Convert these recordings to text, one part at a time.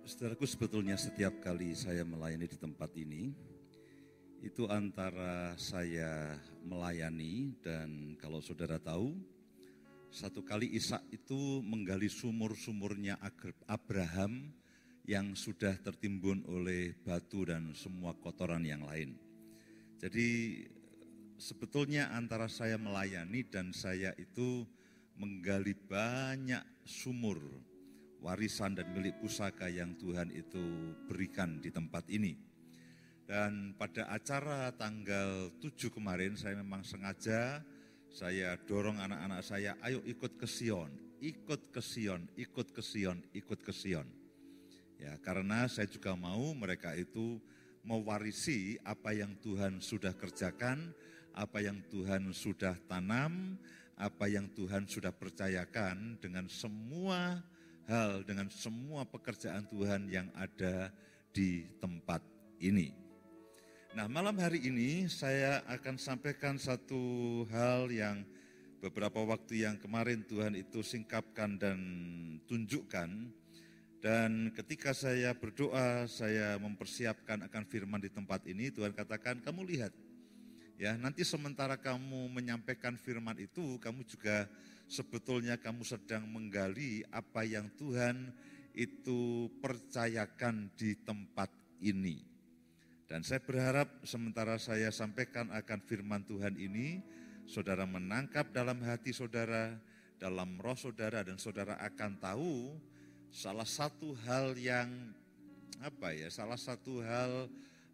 Saudaraku, sebetulnya setiap kali saya melayani di tempat ini, itu antara saya melayani dan kalau saudara tahu, satu kali Ishak itu menggali sumur-sumurnya Abraham yang sudah tertimbun oleh batu dan semua kotoran yang lain. Jadi sebetulnya antara saya melayani dan saya itu menggali banyak sumur warisan dan milik pusaka yang Tuhan itu berikan di tempat ini. Dan pada acara tanggal 7 kemarin saya memang sengaja saya dorong anak-anak saya, ayo ikut ke Sion, ikut ke Sion, ikut ke Sion, ikut ke Sion. Ya, karena saya juga mau mereka itu mewarisi apa yang Tuhan sudah kerjakan, apa yang Tuhan sudah tanam, apa yang Tuhan sudah percayakan dengan semua hal, dengan semua pekerjaan Tuhan yang ada di tempat ini. Nah, malam hari ini saya akan sampaikan satu hal yang beberapa waktu yang kemarin Tuhan itu singkapkan dan tunjukkan. Dan ketika saya berdoa, saya mempersiapkan akan firman di tempat ini, Tuhan katakan, kamu lihat, ya nanti sementara kamu menyampaikan firman itu, kamu juga sebetulnya kamu sedang menggali apa yang Tuhan itu percayakan di tempat ini. Dan saya berharap sementara saya sampaikan akan firman Tuhan ini, saudara menangkap dalam hati saudara, dalam roh saudara, dan saudara akan tahu salah satu hal yang salah satu hal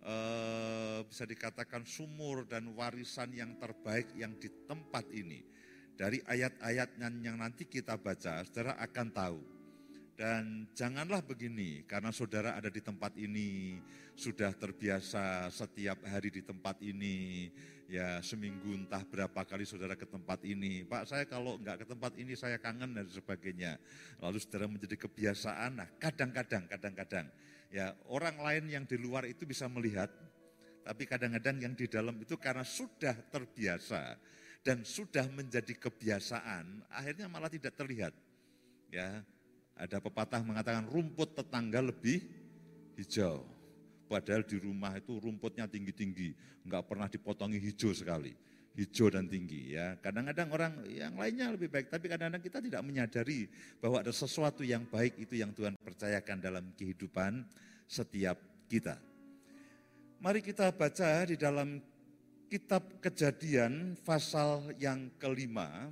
bisa dikatakan sumur dan warisan yang terbaik yang di tempat ini. Dari ayat-ayat yang nanti kita baca, saudara akan tahu. Dan janganlah begini, karena saudara ada di tempat ini, sudah terbiasa setiap hari di tempat ini, ya seminggu entah berapa kali saudara ke tempat ini. Pak, saya kalau enggak ke tempat ini saya kangen dan sebagainya. Lalu saudara menjadi kebiasaan, nah kadang-kadang, ya orang lain yang di luar itu bisa melihat, tapi kadang-kadang yang di dalam itu karena sudah terbiasa dan sudah menjadi kebiasaan, akhirnya malah tidak terlihat. Ya, ada pepatah mengatakan rumput tetangga lebih hijau. Padahal di rumah itu rumputnya tinggi-tinggi, enggak pernah dipotongi hijau sekali. Hijau dan tinggi ya. Kadang-kadang orang yang lainnya lebih baik, tapi kadang-kadang kita tidak menyadari bahwa ada sesuatu yang baik itu yang Tuhan percayakan dalam kehidupan setiap kita. Mari kita baca di dalam kitab Kejadian pasal yang kelima,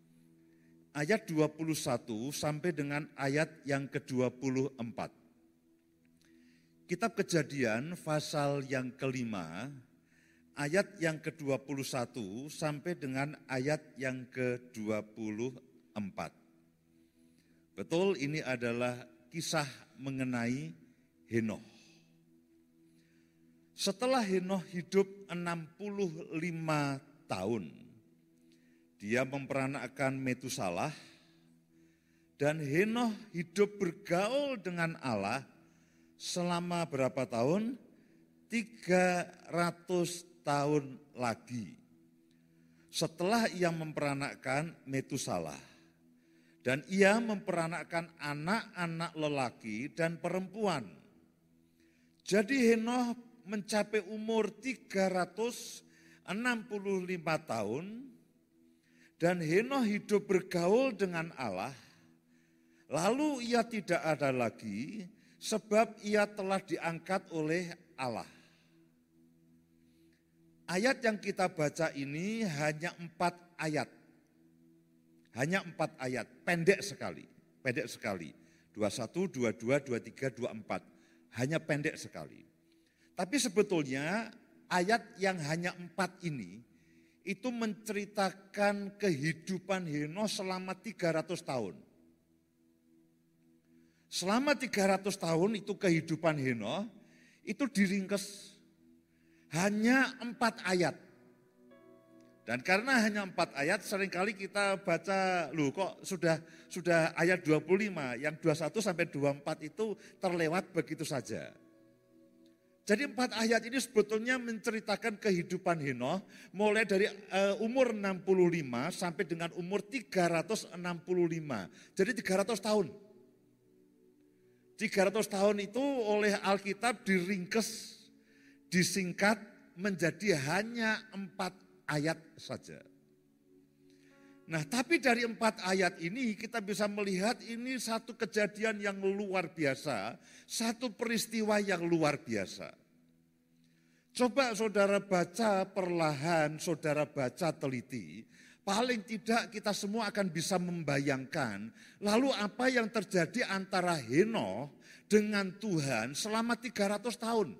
ayat 21 sampai dengan ayat yang ke-24. Kitab Kejadian pasal yang kelima, ayat yang ke-21 sampai dengan ayat yang ke-24. Betul, ini adalah kisah mengenai Henokh. Setelah Henokh hidup 65 tahun, dia memperanakkan Metusalah, dan Henokh hidup bergaul dengan Allah selama berapa tahun? 300 tahun lagi. Setelah ia memperanakkan Metusalah, dan ia memperanakkan anak-anak lelaki dan perempuan. Jadi Henokh mencapai umur 365 tahun, dan Henokh hidup bergaul dengan Allah, lalu ia tidak ada lagi sebab ia telah diangkat oleh Allah. Ayat yang kita baca ini hanya 4 ayat. Hanya 4 ayat, pendek sekali. 21, 22, 23, 24. Hanya pendek sekali. Tapi sebetulnya ayat yang hanya 4 ini itu menceritakan kehidupan Henokh selama 300 tahun. Selama 300 tahun itu kehidupan Henokh itu diringkes hanya 4 ayat. Dan karena hanya 4 ayat seringkali kita baca, loh kok sudah ayat 25, yang 21 sampai 24 itu terlewat begitu saja. Jadi 4 ayat ini sebetulnya menceritakan kehidupan Henokh mulai dari umur 65 sampai dengan umur 365. Jadi 300 tahun. 300 tahun itu oleh Alkitab diringkes, disingkat menjadi hanya 4 ayat saja. Nah, tapi dari 4 ayat ini kita bisa melihat ini satu kejadian yang luar biasa, satu peristiwa yang luar biasa. Coba saudara baca perlahan, saudara baca teliti, paling tidak kita semua akan bisa membayangkan lalu apa yang terjadi antara Henokh dengan Tuhan selama 300 tahun.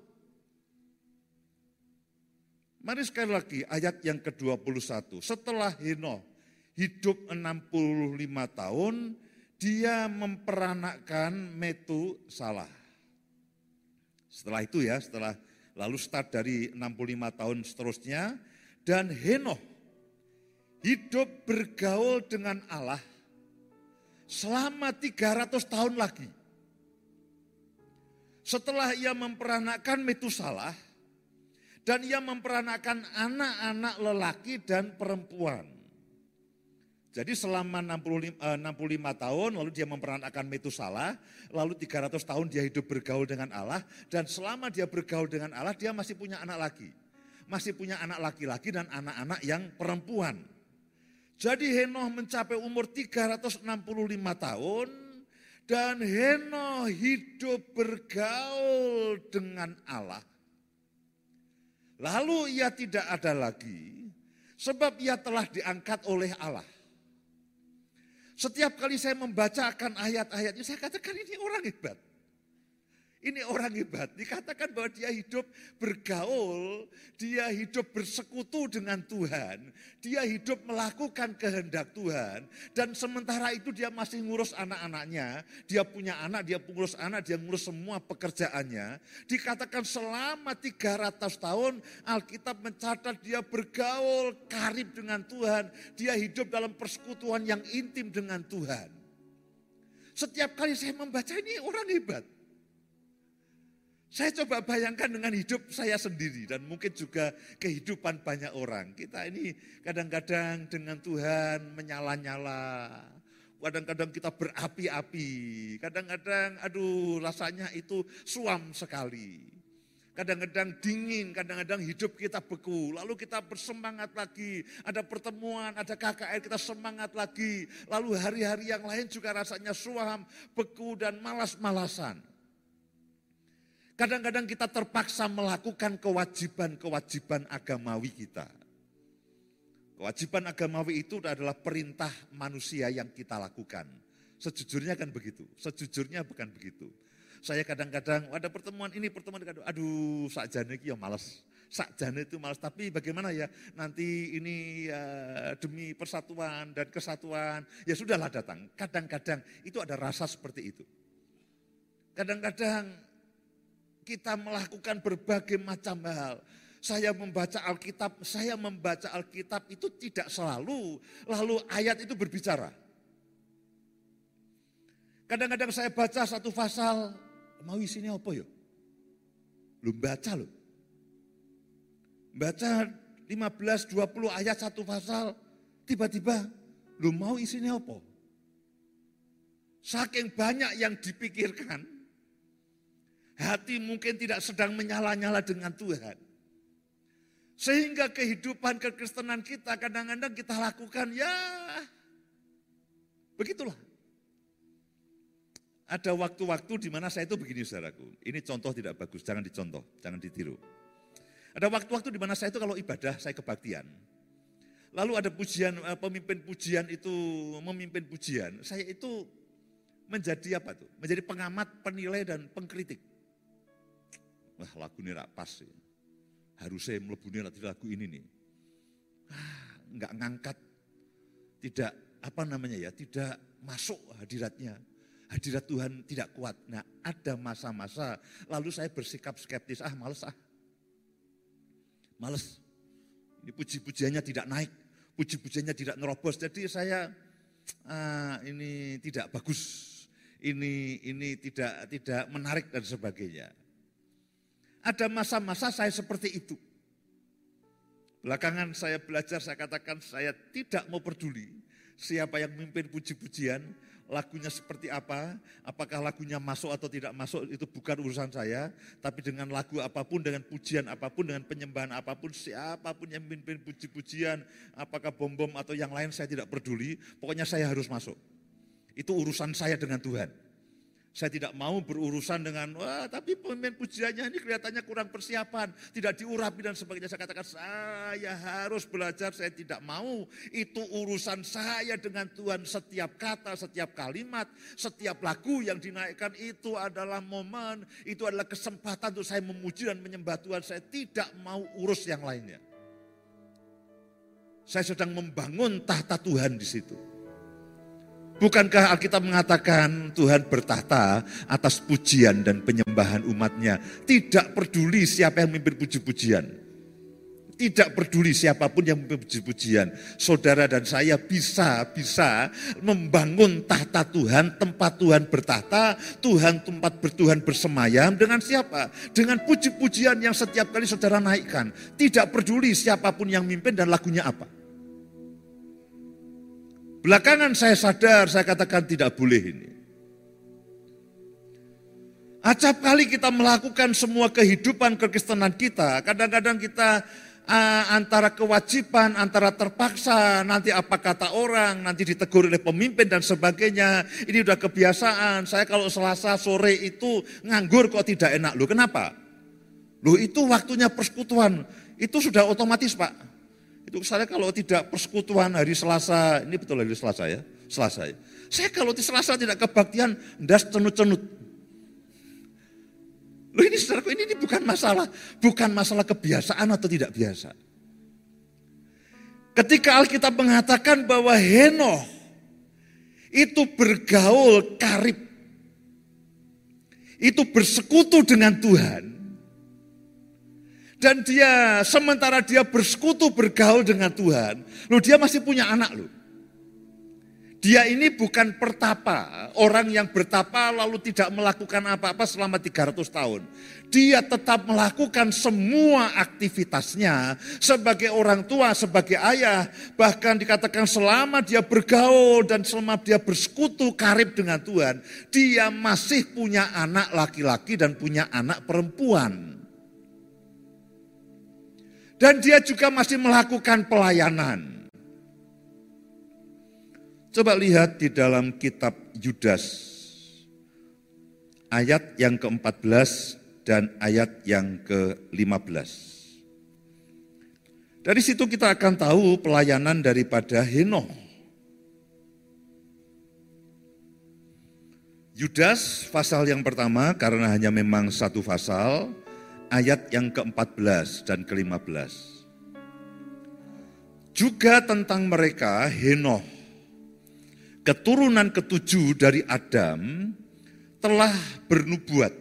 Mari sekali lagi ayat yang ke-21. Setelah Henokh hidup 65 tahun, dia memperanakkan Metusalah. Setelah itu ya, lalu start dari 65 tahun seterusnya, dan Henokh hidup bergaul dengan Allah selama 300 tahun lagi. Setelah ia memperanakkan Metusalah, dan ia memperanakkan anak-anak lelaki dan perempuan. Jadi selama 65 tahun, lalu dia memperanakkan Metusalah, lalu 300 tahun dia hidup bergaul dengan Allah, dan selama dia bergaul dengan Allah, dia masih punya anak lagi. Masih punya anak laki-laki dan anak-anak yang perempuan. Jadi Henokh mencapai umur 365 tahun, dan Henokh hidup bergaul dengan Allah. Lalu ia tidak ada lagi, sebab ia telah diangkat oleh Allah. Setiap kali saya membacakan ayat-ayatnya, saya katakan ini orang hebat. Ini orang hebat, dikatakan bahwa dia hidup bergaul, dia hidup bersekutu dengan Tuhan, dia hidup melakukan kehendak Tuhan, dan sementara itu dia masih ngurus anak-anaknya, dia punya anak, dia ngurus anak, dia ngurus semua pekerjaannya. Dikatakan selama 300 tahun Alkitab mencatat dia bergaul karib dengan Tuhan, dia hidup dalam persekutuan yang intim dengan Tuhan. Setiap kali saya membaca ini orang hebat. Saya coba bayangkan dengan hidup saya sendiri dan mungkin juga kehidupan banyak orang. Kita ini kadang-kadang dengan Tuhan menyala-nyala, kadang-kadang kita berapi-api, kadang-kadang rasanya itu suam sekali. Kadang-kadang dingin, kadang-kadang hidup kita beku, lalu kita bersemangat lagi, ada pertemuan, ada KKR, kita semangat lagi. Lalu hari-hari yang lain juga rasanya suam, beku dan malas-malasan. Kadang-kadang kita terpaksa melakukan kewajiban-kewajiban agamawi kita. Kewajiban agamawi itu adalah perintah manusia yang kita lakukan. Sejujurnya kan begitu, sejujurnya bukan begitu. Saya kadang-kadang ada pertemuan ini, pertemuan itu, aduh sakjane iki ya males. Sakjane itu males, tapi bagaimana ya nanti ini ya, demi persatuan dan kesatuan, ya sudahlah datang. Kadang-kadang itu ada rasa seperti itu. Kadang-kadang kita melakukan berbagai macam hal. Saya membaca Alkitab itu tidak selalu, lalu ayat itu berbicara. Kadang-kadang saya baca satu pasal, mau isinya apa ya? Belum baca loh. Baca 15-20 ayat satu pasal, tiba-tiba, lu mau isinya apa? Saking banyak yang dipikirkan, hati mungkin tidak sedang menyala-nyala dengan Tuhan. Sehingga kehidupan kekristenan kita kadang-kadang kita lakukan ya begitulah. Ada waktu-waktu di mana saya itu begini saudaraku. Ini contoh tidak bagus, jangan dicontoh, jangan ditiru. Ada waktu-waktu di mana saya itu kalau ibadah, saya kebaktian. Lalu ada pujian, pemimpin pujian itu memimpin pujian. Saya itu menjadi apa tuh? Menjadi pengamat, penilai dan pengkritik. Wah lagu ini rak pas ya. Harusnya melebuni lagu ini nih. Enggak ngangkat, tidak tidak masuk hadiratnya. Hadirat Tuhan tidak kuat. Nah ada masa-masa lalu saya bersikap skeptis, males. Ini puji-pujiannya tidak naik, puji-pujiannya tidak nerobos. Jadi saya ini tidak bagus, ini tidak menarik dan sebagainya. Ada masa-masa saya seperti itu. Belakangan saya belajar, saya katakan saya tidak mau peduli siapa yang memimpin puji-pujian. lagunya seperti apa, apakah lagunya masuk atau tidak masuk itu bukan urusan saya, tapi dengan lagu apapun, dengan pujian apapun, dengan penyembahan apapun, siapapun yang memimpin puji-pujian, apakah bom-bom atau yang lain saya tidak peduli, pokoknya saya harus masuk. Itu urusan saya dengan Tuhan. Saya tidak mau berurusan dengan, wah tapi pemimpin pujiannya ini kelihatannya kurang persiapan, tidak diurapi dan sebagainya. Saya katakan saya harus belajar, saya tidak mau. Itu urusan saya dengan Tuhan. Setiap kata, setiap kalimat, setiap lagu yang dinaikkan itu adalah momen, itu adalah kesempatan untuk saya memuji dan menyembah Tuhan. Saya tidak mau urus yang lainnya. Saya sedang membangun tahta Tuhan di situ. Bukankah Alkitab mengatakan Tuhan bertahta atas pujian dan penyembahan umatnya. Tidak peduli siapa yang memimpin puji-pujian. Tidak peduli siapapun yang memimpin puji-pujian. Saudara dan saya bisa membangun tahta Tuhan, tempat Tuhan bertahta, tempat Tuhan bersemayam dengan siapa? Dengan puji-pujian yang setiap kali saudara naikkan. Tidak peduli siapapun yang memimpin dan lagunya apa. Belakangan saya sadar, saya katakan tidak boleh ini. Acap kali kita melakukan semua kehidupan kekristenan kita, kadang-kadang kita antara kewajiban, antara terpaksa, nanti apa kata orang, nanti ditegur oleh pemimpin dan sebagainya. Ini udah kebiasaan, saya kalau Selasa sore itu nganggur kok tidak enak. Loh kenapa? Loh itu waktunya persekutuan, itu sudah otomatis Pak. Itu saya kalau tidak persekutuan hari Selasa, ini betul hari Selasa ya, Selasa ya. Saya kalau di Selasa tidak kebaktian, ndas cenut-cenut. Loh ini saudaraku, ini bukan masalah kebiasaan atau tidak biasa. Ketika Alkitab mengatakan bahwa Henokh itu bergaul karib, itu bersekutu dengan Tuhan. Dan dia, sementara dia bersekutu bergaul dengan Tuhan, loh dia masih punya anak loh. Dia ini bukan pertapa, orang yang bertapa lalu tidak melakukan apa-apa selama 300 tahun. Dia tetap melakukan semua aktivitasnya sebagai orang tua, sebagai ayah. Bahkan dikatakan selama dia bergaul dan selama dia bersekutu karib dengan Tuhan, dia masih punya anak laki-laki dan punya anak perempuan. Dan dia juga masih melakukan pelayanan. Coba lihat di dalam kitab Yudas. Ayat yang ke-14 dan ayat yang ke-15. Dari situ kita akan tahu pelayanan daripada Henokh. Yudas pasal yang pertama karena hanya memang satu pasal. Ayat yang ke-14 dan ke-15. Juga tentang mereka Henokh, keturunan ke-7 dari Adam, telah bernubuat.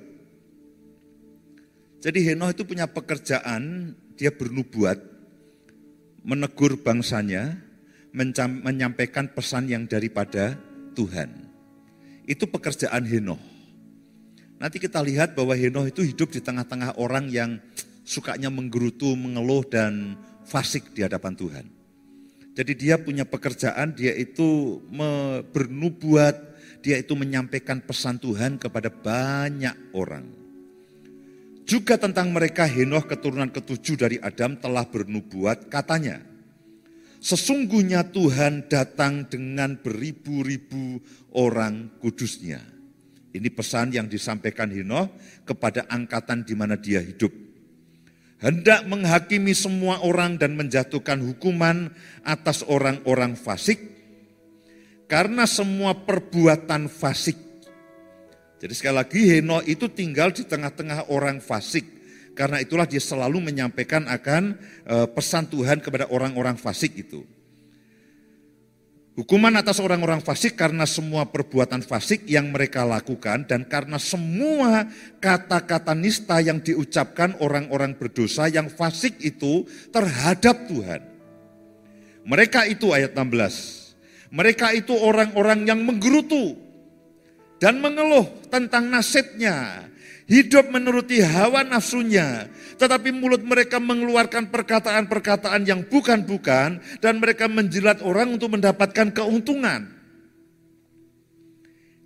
Jadi Henokh itu punya pekerjaan, dia bernubuat, menegur bangsanya, menyampaikan pesan yang daripada Tuhan. Itu pekerjaan Henokh. Nanti kita lihat bahwa Henokh itu hidup di tengah-tengah orang yang sukanya menggerutu, mengeluh dan fasik di hadapan Tuhan. Jadi dia punya pekerjaan, dia itu bernubuat, dia itu menyampaikan pesan Tuhan kepada banyak orang. Juga tentang mereka Henokh keturunan ke-7 dari Adam telah bernubuat, katanya, sesungguhnya Tuhan datang dengan beribu-ribu orang kudusnya. Ini pesan yang disampaikan Henokh kepada angkatan di mana dia hidup. Hendak menghakimi semua orang dan menjatuhkan hukuman atas orang-orang fasik karena semua perbuatan fasik. Jadi sekali lagi Henokh itu tinggal di tengah-tengah orang fasik. Karena itulah dia selalu menyampaikan akan pesan Tuhan kepada orang-orang fasik itu. Hukuman atas orang-orang fasik karena semua perbuatan fasik yang mereka lakukan dan karena semua kata-kata nista yang diucapkan orang-orang berdosa yang fasik itu terhadap Tuhan. Mereka itu ayat 16, mereka itu orang-orang yang menggerutu dan mengeluh tentang nasibnya. Hidup menuruti hawa nafsunya, tetapi mulut mereka mengeluarkan perkataan-perkataan yang bukan-bukan dan mereka menjilat orang untuk mendapatkan keuntungan.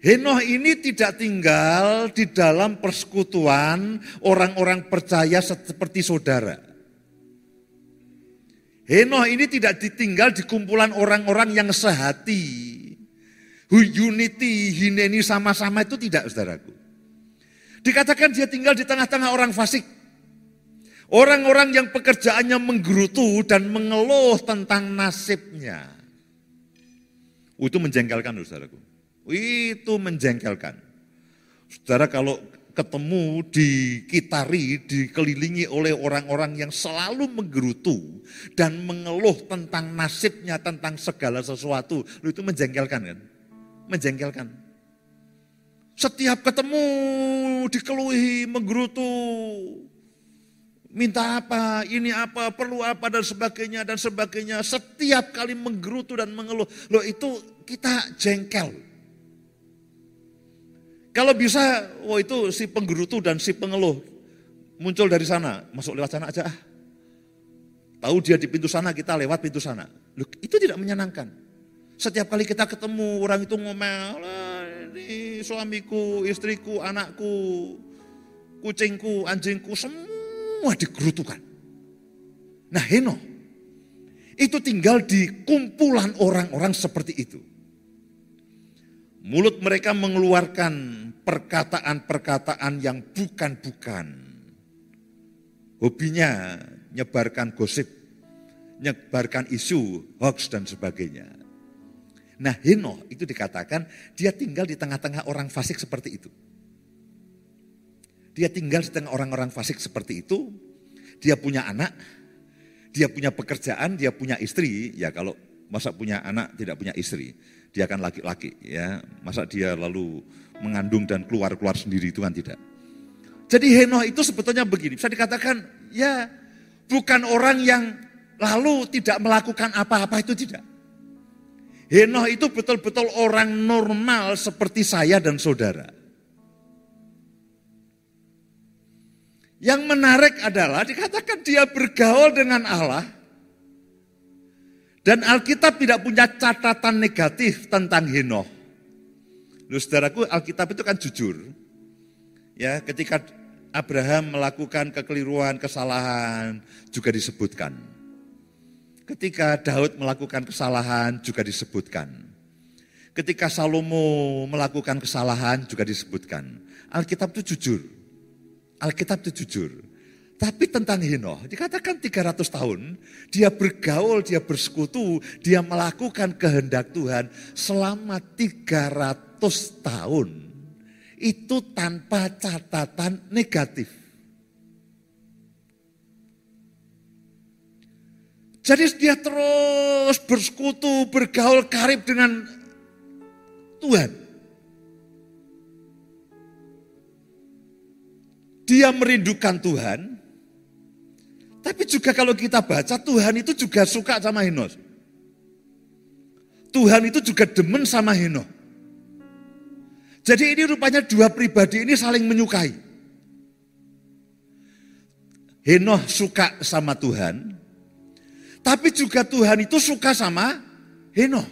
Henoh ini tidak tinggal di dalam persekutuan orang-orang percaya seperti saudara. Henoh ini tidak ditinggal di kumpulan orang-orang yang sehati. Unity, hineni sama-sama itu tidak, saudaraku. Dikatakan dia tinggal di tengah-tengah orang fasik. Orang-orang yang pekerjaannya menggerutu dan mengeluh tentang nasibnya. Itu menjengkelkan, saudaraku. Itu menjengkelkan. Saudara kalau ketemu dikitari, dikelilingi oleh orang-orang yang selalu menggerutu dan mengeluh tentang nasibnya, tentang segala sesuatu, itu menjengkelkan kan? Menjengkelkan. Setiap ketemu dikeluhi, menggerutu, minta apa, ini apa, perlu apa dan sebagainya dan sebagainya. Setiap kali menggerutu dan mengeluh, loh itu kita jengkel. Kalau bisa, itu si penggerutu dan si pengeluh muncul dari sana, masuk lewat sana aja. Tahu dia di pintu sana, kita lewat pintu sana. Loh, itu tidak menyenangkan. Setiap kali kita ketemu orang itu ngomel, ini suamiku, istriku, anakku, kucingku, anjingku, semua digerutukan. Nah Henoh itu tinggal di kumpulan orang-orang seperti itu. Mulut mereka mengeluarkan perkataan-perkataan yang bukan-bukan. Hobinya nyebarkan gosip, nyebarkan isu, hoax dan sebagainya. Nah Henoh itu dikatakan dia tinggal di tengah-tengah orang fasik seperti itu. Dia tinggal di tengah orang-orang fasik seperti itu. Dia punya anak, dia punya pekerjaan, dia punya istri. Ya kalau masa punya anak tidak punya istri, dia kan laki-laki ya. Masa dia lalu mengandung dan keluar-keluar sendiri, itu kan tidak. Jadi Henoh itu sebetulnya begini, bisa dikatakan ya bukan orang yang lalu tidak melakukan apa-apa, itu tidak. Henoh itu betul-betul orang normal seperti saya dan saudara. Yang menarik adalah dikatakan dia bergaul dengan Allah. Dan Alkitab tidak punya catatan negatif tentang Henoh. Loh saudaraku, Alkitab itu kan jujur. Ya, ketika Abraham melakukan kekeliruan, kesalahan juga disebutkan. Ketika Daud melakukan kesalahan juga disebutkan. Ketika Salomo melakukan kesalahan juga disebutkan. Alkitab itu jujur. Alkitab itu jujur. Tapi tentang Henoh dikatakan 300 tahun dia bergaul, dia bersekutu, dia melakukan kehendak Tuhan selama 300 tahun. Itu tanpa catatan negatif. Jadi dia terus bersekutu, bergaul karib dengan Tuhan. Dia merindukan Tuhan. Tapi juga kalau kita baca, Tuhan itu juga suka sama Henoh. Tuhan itu juga demen sama Henoh. Jadi ini rupanya dua pribadi ini saling menyukai. Henoh suka sama Tuhan, tapi juga Tuhan itu suka sama Henoh.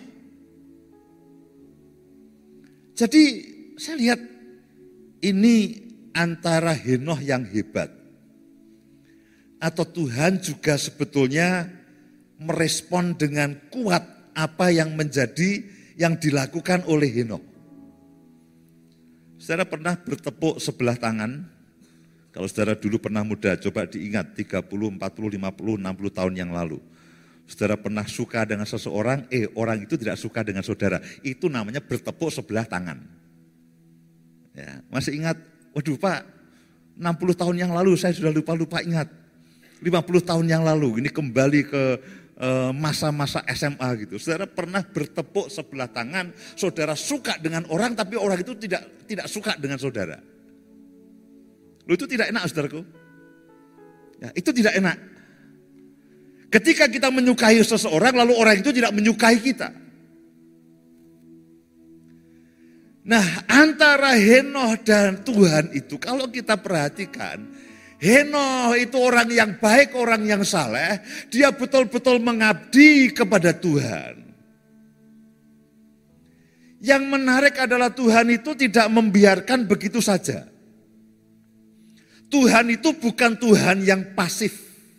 Jadi saya lihat ini antara Henoh yang hebat. Atau Tuhan juga sebetulnya merespon dengan kuat apa yang menjadi yang dilakukan oleh Henoh. Saudara pernah bertepuk sebelah tangan? Kalau saudara dulu pernah muda, coba diingat 30, 40, 50, 60 tahun yang lalu. Saudara pernah suka dengan seseorang, orang itu tidak suka dengan saudara. Itu namanya bertepuk sebelah tangan. Ya, masih ingat? Waduh Pak, 60 tahun yang lalu saya sudah lupa ingat. 50 tahun yang lalu, ini kembali ke masa-masa SMA gitu. Saudara pernah bertepuk sebelah tangan, saudara suka dengan orang tapi orang itu tidak suka dengan saudara. Loh itu tidak enak saudaraku. Ya, itu tidak enak. Ketika kita menyukai seseorang lalu orang itu tidak menyukai kita. Nah antara Henoh dan Tuhan itu kalau kita perhatikan, Henoh itu orang yang baik, orang yang saleh, dia betul-betul mengabdi kepada Tuhan. Yang menarik adalah Tuhan itu tidak membiarkan begitu saja. Tuhan itu bukan Tuhan yang pasif.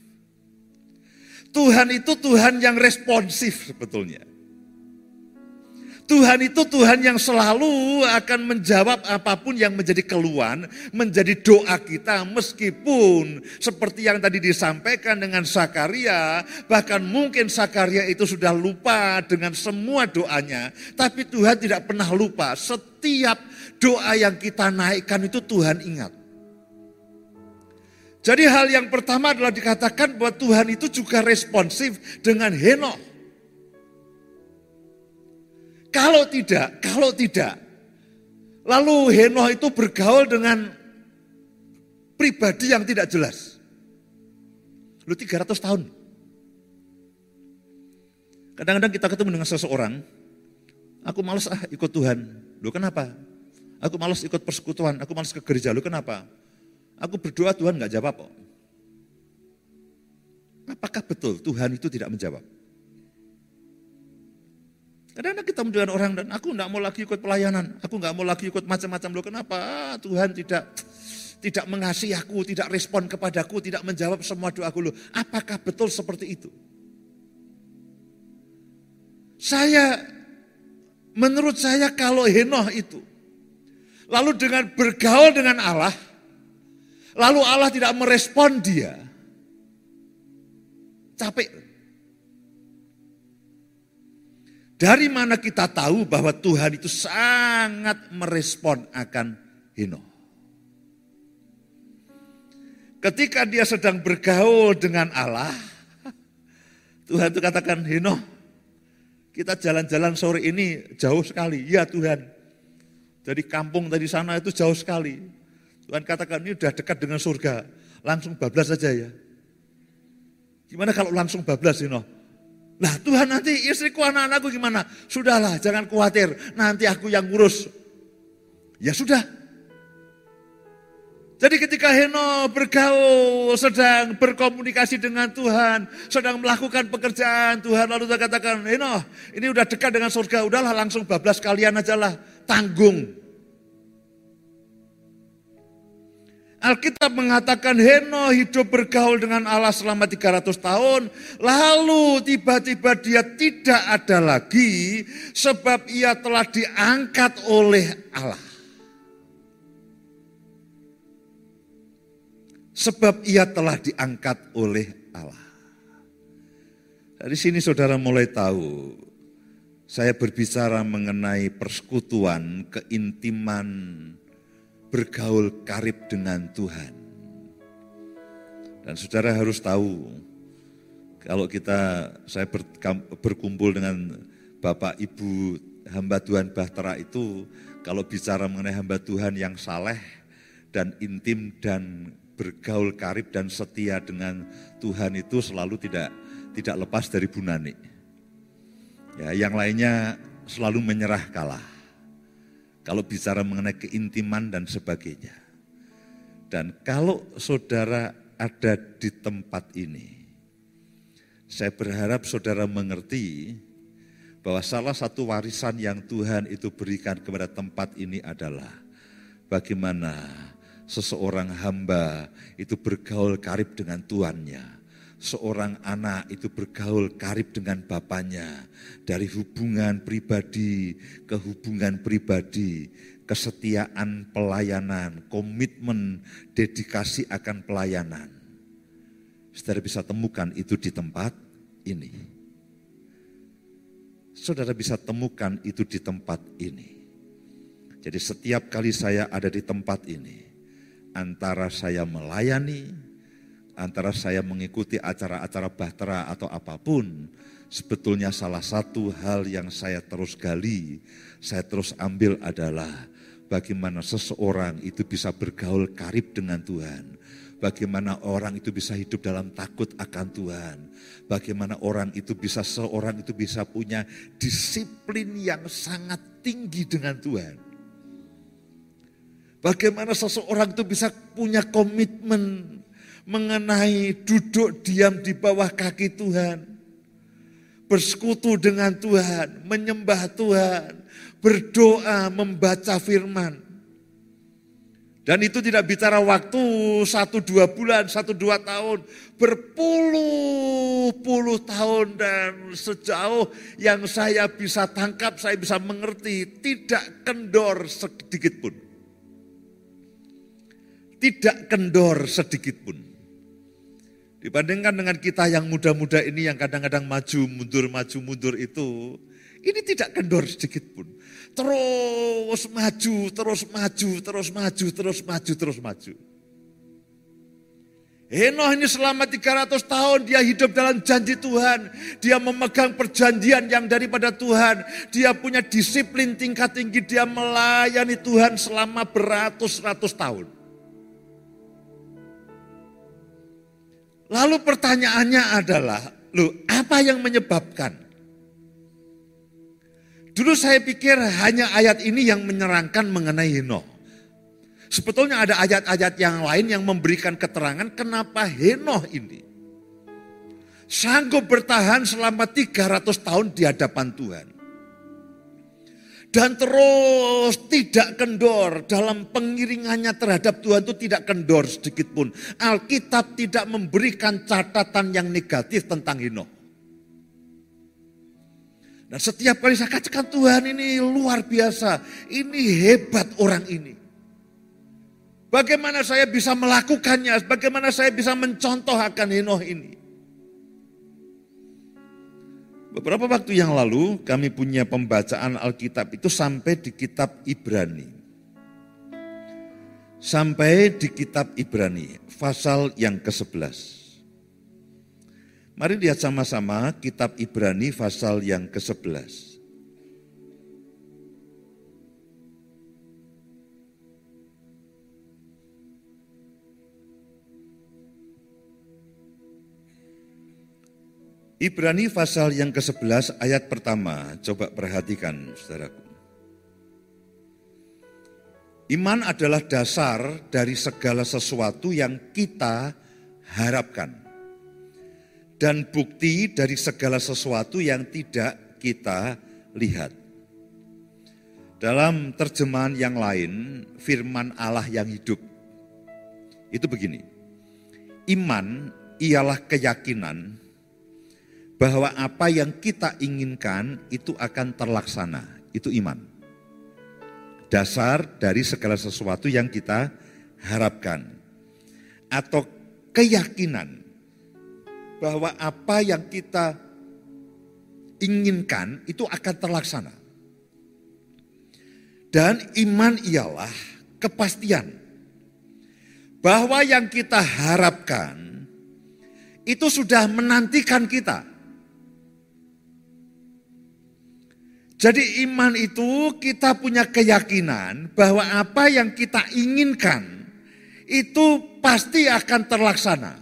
Tuhan itu Tuhan yang responsif sebetulnya. Tuhan itu Tuhan yang selalu akan menjawab apapun yang menjadi keluhan, menjadi doa kita, meskipun seperti yang tadi disampaikan dengan Zakaria, bahkan mungkin Zakaria itu sudah lupa dengan semua doanya, tapi Tuhan tidak pernah lupa. Setiap doa yang kita naikkan itu Tuhan ingat. Jadi hal yang pertama adalah dikatakan bahwa Tuhan itu juga responsif dengan Henokh. Kalau tidak, lalu Henokh itu bergaul dengan pribadi yang tidak jelas. Lu 300 tahun. Kadang-kadang kita ketemu dengan seseorang, aku malas ikut Tuhan. Lu kenapa? Aku malas ikut persekutuan, aku malas ke gereja. Lu kenapa? Aku berdoa Tuhan gak jawab kok. Apakah betul Tuhan itu tidak menjawab? Kadang-kadang kita dengan orang dan aku enggak mau lagi ikut pelayanan, aku enggak mau lagi ikut macam-macam. Loh kenapa? Tuhan tidak mengasihi aku, tidak respon kepadaku, tidak menjawab semua doaku. Loh, apakah betul seperti itu? Menurut saya kalau Henokh itu, lalu dengan bergaul dengan Allah, lalu Allah tidak merespon dia, capek. Dari mana kita tahu bahwa Tuhan itu sangat merespon akan Henokh? Ketika dia sedang bergaul dengan Allah, Tuhan itu katakan, Henokh, kita jalan-jalan sore ini jauh sekali. Ya Tuhan, dari kampung tadi sana itu jauh sekali. Tuhan katakan ini udah dekat dengan surga, langsung bablas saja ya. Gimana kalau langsung bablas Henokh? Nah Tuhan nanti istriku anak-anakku gimana? Sudahlah jangan khawatir, nanti aku yang ngurus. Ya sudah. Jadi ketika Henokh bergaul, sedang berkomunikasi dengan Tuhan, sedang melakukan pekerjaan Tuhan, lalu Tuhan katakan, Henokh ini udah dekat dengan surga, udahlah langsung bablas kalian aja lah, tanggung. Alkitab mengatakan Henokh hidup bergaul dengan Allah selama 300 tahun, lalu tiba-tiba dia tidak ada lagi sebab ia telah diangkat oleh Allah. Sebab ia telah diangkat oleh Allah. Dari sini saudara mulai tahu, saya berbicara mengenai persekutuan, keintiman, bergaul karib dengan Tuhan. Dan saudara harus tahu, kalau saya berkumpul dengan Bapak Ibu hamba Tuhan Bahtera itu, kalau bicara mengenai hamba Tuhan yang saleh dan intim dan bergaul karib dan setia dengan Tuhan itu selalu tidak lepas dari Bu Nani. Ya, yang lainnya selalu menyerah kalah. Kalau bicara mengenai keintiman dan sebagainya. Dan kalau saudara ada di tempat ini, saya berharap saudara mengerti bahwa salah satu warisan yang Tuhan itu berikan kepada tempat ini adalah bagaimana seseorang hamba itu bergaul karib dengan tuannya. Seorang anak itu bergaul karib dengan bapaknya, dari hubungan pribadi ke hubungan pribadi, kesetiaan pelayanan, komitmen, dedikasi akan pelayanan. Saudara bisa temukan itu di tempat ini. Saudara bisa temukan itu di tempat ini. Jadi setiap kali saya ada di tempat ini, antara saya melayani, antara saya mengikuti acara-acara bahtera atau apapun, sebetulnya salah satu hal yang saya terus gali, saya terus ambil adalah bagaimana seseorang itu bisa bergaul karib dengan Tuhan. Bagaimana orang itu bisa hidup dalam takut akan Tuhan. Bagaimana seorang itu bisa punya disiplin yang sangat tinggi dengan Tuhan. Bagaimana seseorang itu bisa punya komitmen mengenai duduk diam di bawah kaki Tuhan, bersekutu dengan Tuhan, menyembah Tuhan, berdoa, membaca firman. Dan itu tidak bicara waktu 1-2 bulan, 1-2 tahun, berpuluh-puluh tahun, dan sejauh yang saya bisa tangkap, saya bisa mengerti, tidak kendor sedikit pun. Tidak kendor sedikit pun. Dibandingkan dengan kita yang muda-muda ini yang kadang-kadang maju mundur itu, ini tidak kendor sedikit pun. Terus maju, terus maju, terus maju, terus maju, terus maju. Henoh ini selama 300 tahun dia hidup dalam janji Tuhan. Dia memegang perjanjian yang daripada Tuhan. Dia punya disiplin tingkat tinggi. Dia melayani Tuhan selama beratus-ratus tahun. Lalu pertanyaannya adalah, apa yang menyebabkan? Dulu saya pikir hanya ayat ini yang menerangkan mengenai Henoh. Sebetulnya ada ayat-ayat yang lain yang memberikan keterangan kenapa Henoh ini sanggup bertahan selama 300 tahun di hadapan Tuhan. Dan terus tidak kendor dalam pengiringannya terhadap Tuhan, itu tidak kendor sedikit pun. Alkitab tidak memberikan catatan yang negatif tentang Henoh. Dan setiap kali saya katakan Tuhan ini luar biasa, ini hebat orang ini. Bagaimana saya bisa melakukannya, bagaimana saya bisa mencontoh akan Henoh ini. Beberapa waktu yang lalu kami punya pembacaan Alkitab itu sampai di kitab Ibrani. Sampai di kitab Ibrani, pasal yang ke-11. Mari lihat sama-sama kitab Ibrani pasal yang ke-11. Ibrani pasal yang ke-11 ayat pertama, coba perhatikan saudaraku. Iman adalah dasar dari segala sesuatu yang kita harapkan. Dan bukti dari segala sesuatu yang tidak kita lihat. Dalam terjemahan yang lain, firman Allah yang hidup. Itu begini, iman ialah keyakinan bahwa apa yang kita inginkan itu akan terlaksana. Itu iman. Dasar dari segala sesuatu yang kita harapkan. Atau keyakinan bahwa apa yang kita inginkan itu akan terlaksana. Dan iman ialah kepastian bahwa yang kita harapkan itu sudah menantikan kita. Jadi iman itu kita punya keyakinan bahwa apa yang kita inginkan itu pasti akan terlaksana.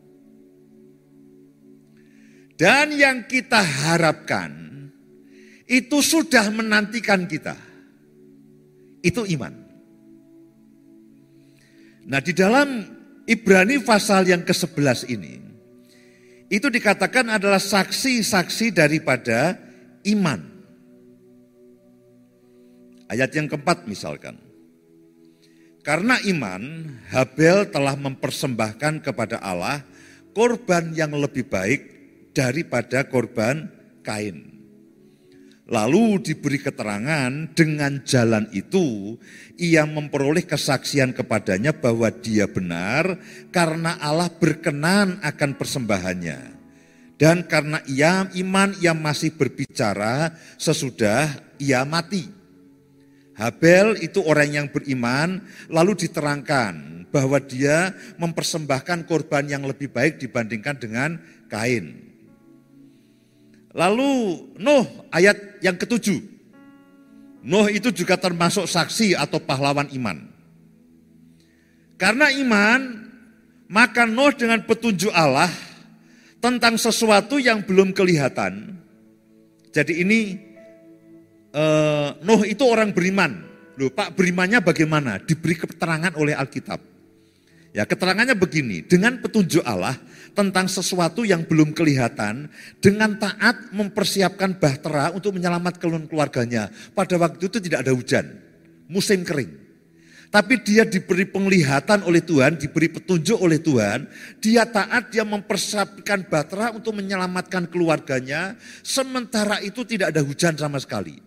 Dan yang kita harapkan itu sudah menantikan kita. Itu iman. Nah, di dalam Ibrani pasal yang ke-11 ini, itu dikatakan adalah saksi-saksi daripada iman. Ayat yang keempat misalkan. Karena iman, Habel telah mempersembahkan kepada Allah korban yang lebih baik daripada korban Kain. Lalu diberi keterangan dengan jalan itu ia memperoleh kesaksian kepadanya bahwa dia benar karena Allah berkenan akan persembahannya. Dan karena iman ia masih berbicara sesudah ia mati. Habel itu orang yang beriman lalu diterangkan bahwa dia mempersembahkan korban yang lebih baik dibandingkan dengan Kain. Lalu Nuh ayat yang ke-7. Nuh itu juga termasuk saksi atau pahlawan iman. Karena iman, maka Nuh dengan petunjuk Allah tentang sesuatu yang belum kelihatan. Jadi ini Nuh itu orang beriman. Loh, Pak berimannya bagaimana? Diberi keterangan oleh Alkitab. Ya, keterangannya begini, dengan petunjuk Allah tentang sesuatu yang belum kelihatan, dengan taat mempersiapkan bahtera untuk menyelamatkan keluarganya. Pada waktu itu tidak ada hujan, musim kering. Tapi dia diberi penglihatan oleh Tuhan, diberi petunjuk oleh Tuhan, dia taat, dia mempersiapkan bahtera untuk menyelamatkan keluarganya, sementara itu tidak ada hujan sama sekali.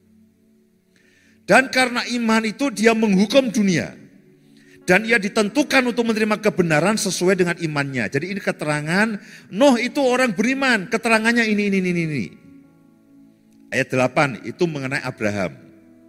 Dan karena iman itu dia menghukum dunia. Dan ia ditentukan untuk menerima kebenaran sesuai dengan imannya. Jadi ini keterangan, Nuh itu orang beriman. Keterangannya ini. Ayat 8 itu mengenai Abraham.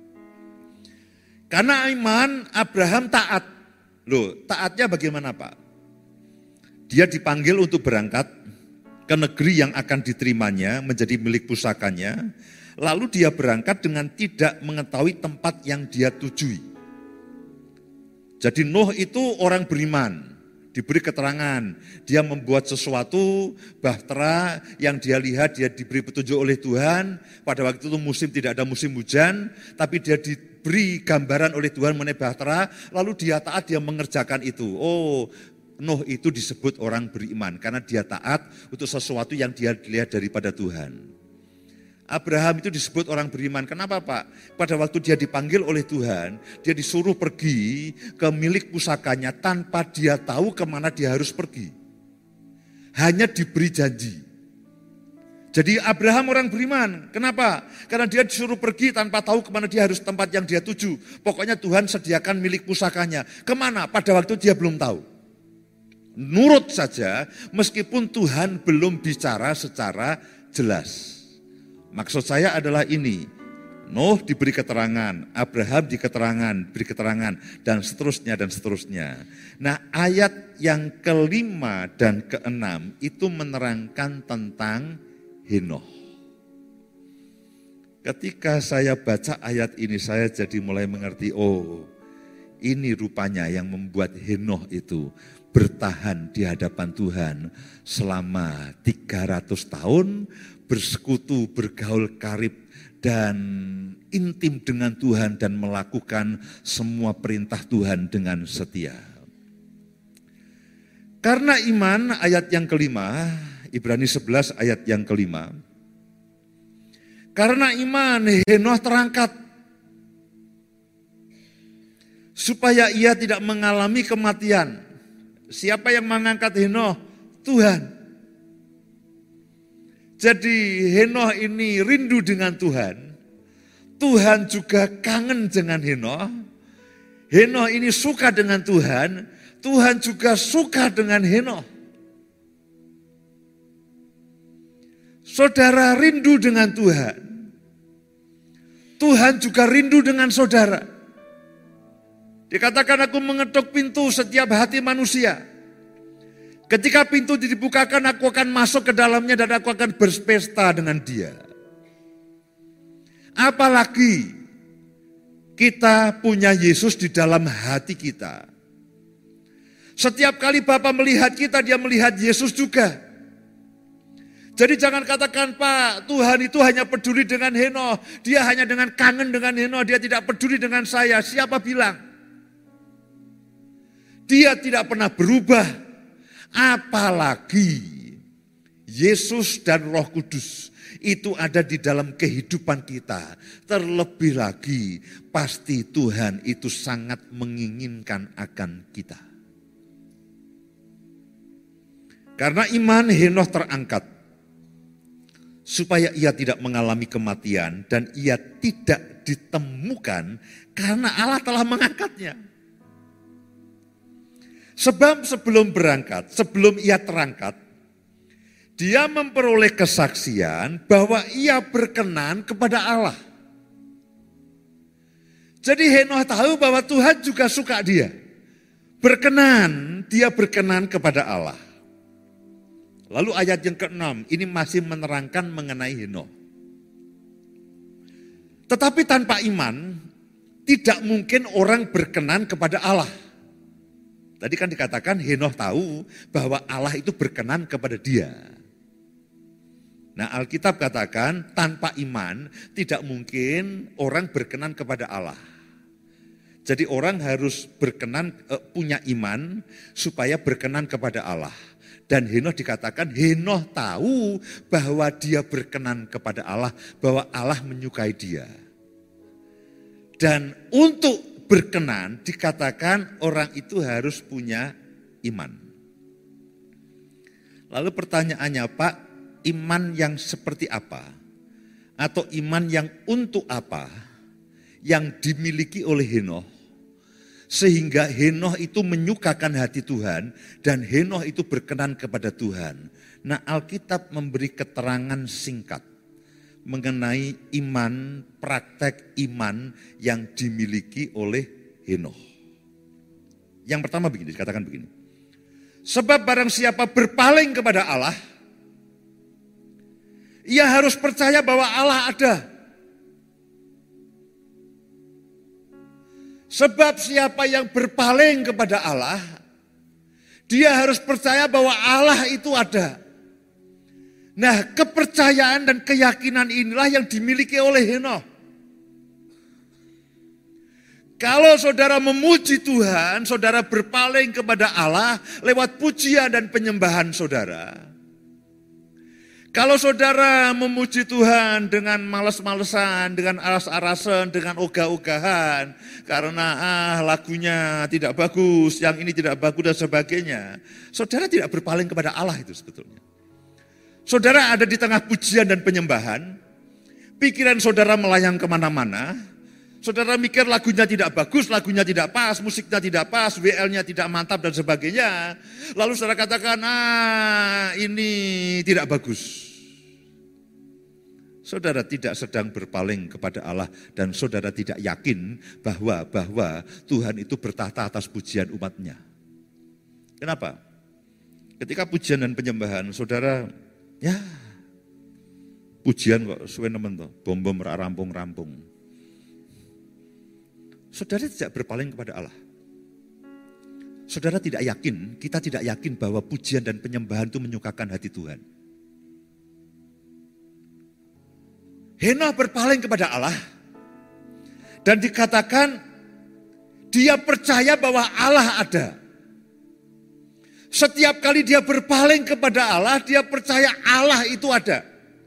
Karena iman, Abraham taat. Loh, taatnya bagaimana Pak? Dia dipanggil untuk berangkat ke negeri yang akan diterimanya, menjadi milik pusakanya. Lalu dia berangkat dengan tidak mengetahui tempat yang dia tujui. Jadi Nuh itu orang beriman, diberi keterangan, dia membuat sesuatu, bahtera yang dia lihat, dia diberi petunjuk oleh Tuhan, pada waktu itu tidak ada musim hujan, tapi dia diberi gambaran oleh Tuhan mengenai bahtera, lalu dia taat, dia mengerjakan itu. Oh, Nuh itu disebut orang beriman, karena dia taat untuk sesuatu yang dia lihat daripada Tuhan. Abraham itu disebut orang beriman. Kenapa Pak? Pada waktu dia dipanggil oleh Tuhan, dia disuruh pergi ke milik pusakanya tanpa dia tahu kemana dia harus pergi. Hanya diberi janji. Jadi Abraham orang beriman. Kenapa? Karena dia disuruh pergi tanpa tahu kemana dia harus, tempat yang dia tuju. Pokoknya Tuhan sediakan milik pusakanya. Kemana? Pada waktu dia belum tahu. Nurut saja meskipun Tuhan belum bicara secara jelas. Maksud saya adalah ini, Nuh diberi keterangan, Abraham diberi keterangan, dan seterusnya. Nah, ayat yang kelima dan keenam itu menerangkan tentang Henoh. Ketika saya baca ayat ini, saya jadi mulai mengerti, oh ini rupanya yang membuat Henoh itu bertahan di hadapan Tuhan selama 300 tahun, bersekutu, bergaul karib, dan intim dengan Tuhan dan melakukan semua perintah Tuhan dengan setia. Karena iman, ayat yang kelima, Ibrani 11 ayat yang kelima. Karena iman, Henoh terangkat supaya ia tidak mengalami kematian. Siapa yang mengangkat Henoh? Tuhan. Jadi Henoh ini rindu dengan Tuhan. Tuhan juga kangen dengan Henoh. Henoh ini suka dengan Tuhan. Tuhan juga suka dengan Henoh. Saudara rindu dengan Tuhan. Tuhan juga rindu dengan saudara. Dikatakan aku mengetuk pintu setiap hati manusia. Ketika pintu dibukakan, aku akan masuk ke dalamnya dan aku akan berpesta dengan dia. Apalagi kita punya Yesus di dalam hati kita. Setiap kali Bapa melihat kita, dia melihat Yesus juga. Jadi jangan katakan, Pak, Tuhan itu hanya peduli dengan Henoh. Dia hanya dengan kangen dengan Henoh, dia tidak peduli dengan saya. Siapa bilang? Dia tidak pernah berubah. Apalagi Yesus dan Roh Kudus itu ada di dalam kehidupan kita. Terlebih lagi pasti Tuhan itu sangat menginginkan akan kita. Karena iman Henoh terangkat supaya ia tidak mengalami kematian dan ia tidak ditemukan karena Allah telah mengangkatnya. Sebab sebelum berangkat, sebelum ia terangkat, dia memperoleh kesaksian bahwa ia berkenan kepada Allah. Jadi Henoh tahu bahwa Tuhan juga suka dia. Berkenan, dia berkenan kepada Allah. Lalu ayat yang ke-6, ini masih menerangkan mengenai Henoh. Tetapi tanpa iman, tidak mungkin orang berkenan kepada Allah. Tadi kan dikatakan Henoh tahu bahwa Allah itu berkenan kepada dia. Nah, Alkitab katakan tanpa iman tidak mungkin orang berkenan kepada Allah. Jadi orang harus punya iman supaya berkenan kepada Allah. Dan Henoh dikatakan, Henoh tahu bahwa dia berkenan kepada Allah, bahwa Allah menyukai dia. Dan untuk berkenan dikatakan orang itu harus punya iman. Lalu pertanyaannya, Pak, iman yang seperti apa? Atau iman yang untuk apa yang dimiliki oleh Henoh? Sehingga Henoh itu menyukakan hati Tuhan dan Henoh itu berkenan kepada Tuhan. Nah, Alkitab memberi keterangan singkat mengenai iman, praktek iman yang dimiliki oleh Henoh. Yang pertama begini, dikatakan begini. Sebab barang siapa berpaling kepada Allah, ia harus percaya bahwa Allah ada. Sebab siapa yang berpaling kepada Allah, dia harus percaya bahwa Allah itu ada. Nah, kepercayaan dan keyakinan inilah yang dimiliki oleh Henoh. Kalau saudara memuji Tuhan, saudara berpaling kepada Allah lewat pujian dan penyembahan saudara. Kalau saudara memuji Tuhan dengan malas-malesan, dengan aras-arasan, dengan ogah-ogahan, karena lagunya tidak bagus, yang ini tidak bagus dan sebagainya, saudara tidak berpaling kepada Allah itu sebetulnya. Saudara ada di tengah pujian dan penyembahan, pikiran saudara melayang kemana-mana, saudara mikir lagunya tidak bagus, lagunya tidak pas, musiknya tidak pas, WL-nya tidak mantap dan sebagainya. Lalu saudara katakan, ini tidak bagus. Saudara tidak sedang berpaling kepada Allah dan saudara tidak yakin bahwa Tuhan itu bertahta atas pujian umatnya. Kenapa? Ketika pujian dan penyembahan, saudara, ya pujian kok suwe nemen toh, bom-bom rampung-rampung. Saudara tidak berpaling kepada Allah. Saudara tidak yakin, kita tidak yakin bahwa pujian dan penyembahan itu menyukakan hati Tuhan. Henoh berpaling kepada Allah dan dikatakan dia percaya bahwa Allah ada. Setiap kali dia berpaling kepada Allah, dia percaya Allah itu ada.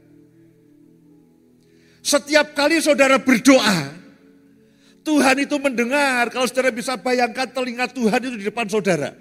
Setiap kali saudara berdoa, Tuhan itu mendengar. Kalau saudara bisa bayangkan telinga Tuhan itu di depan saudara.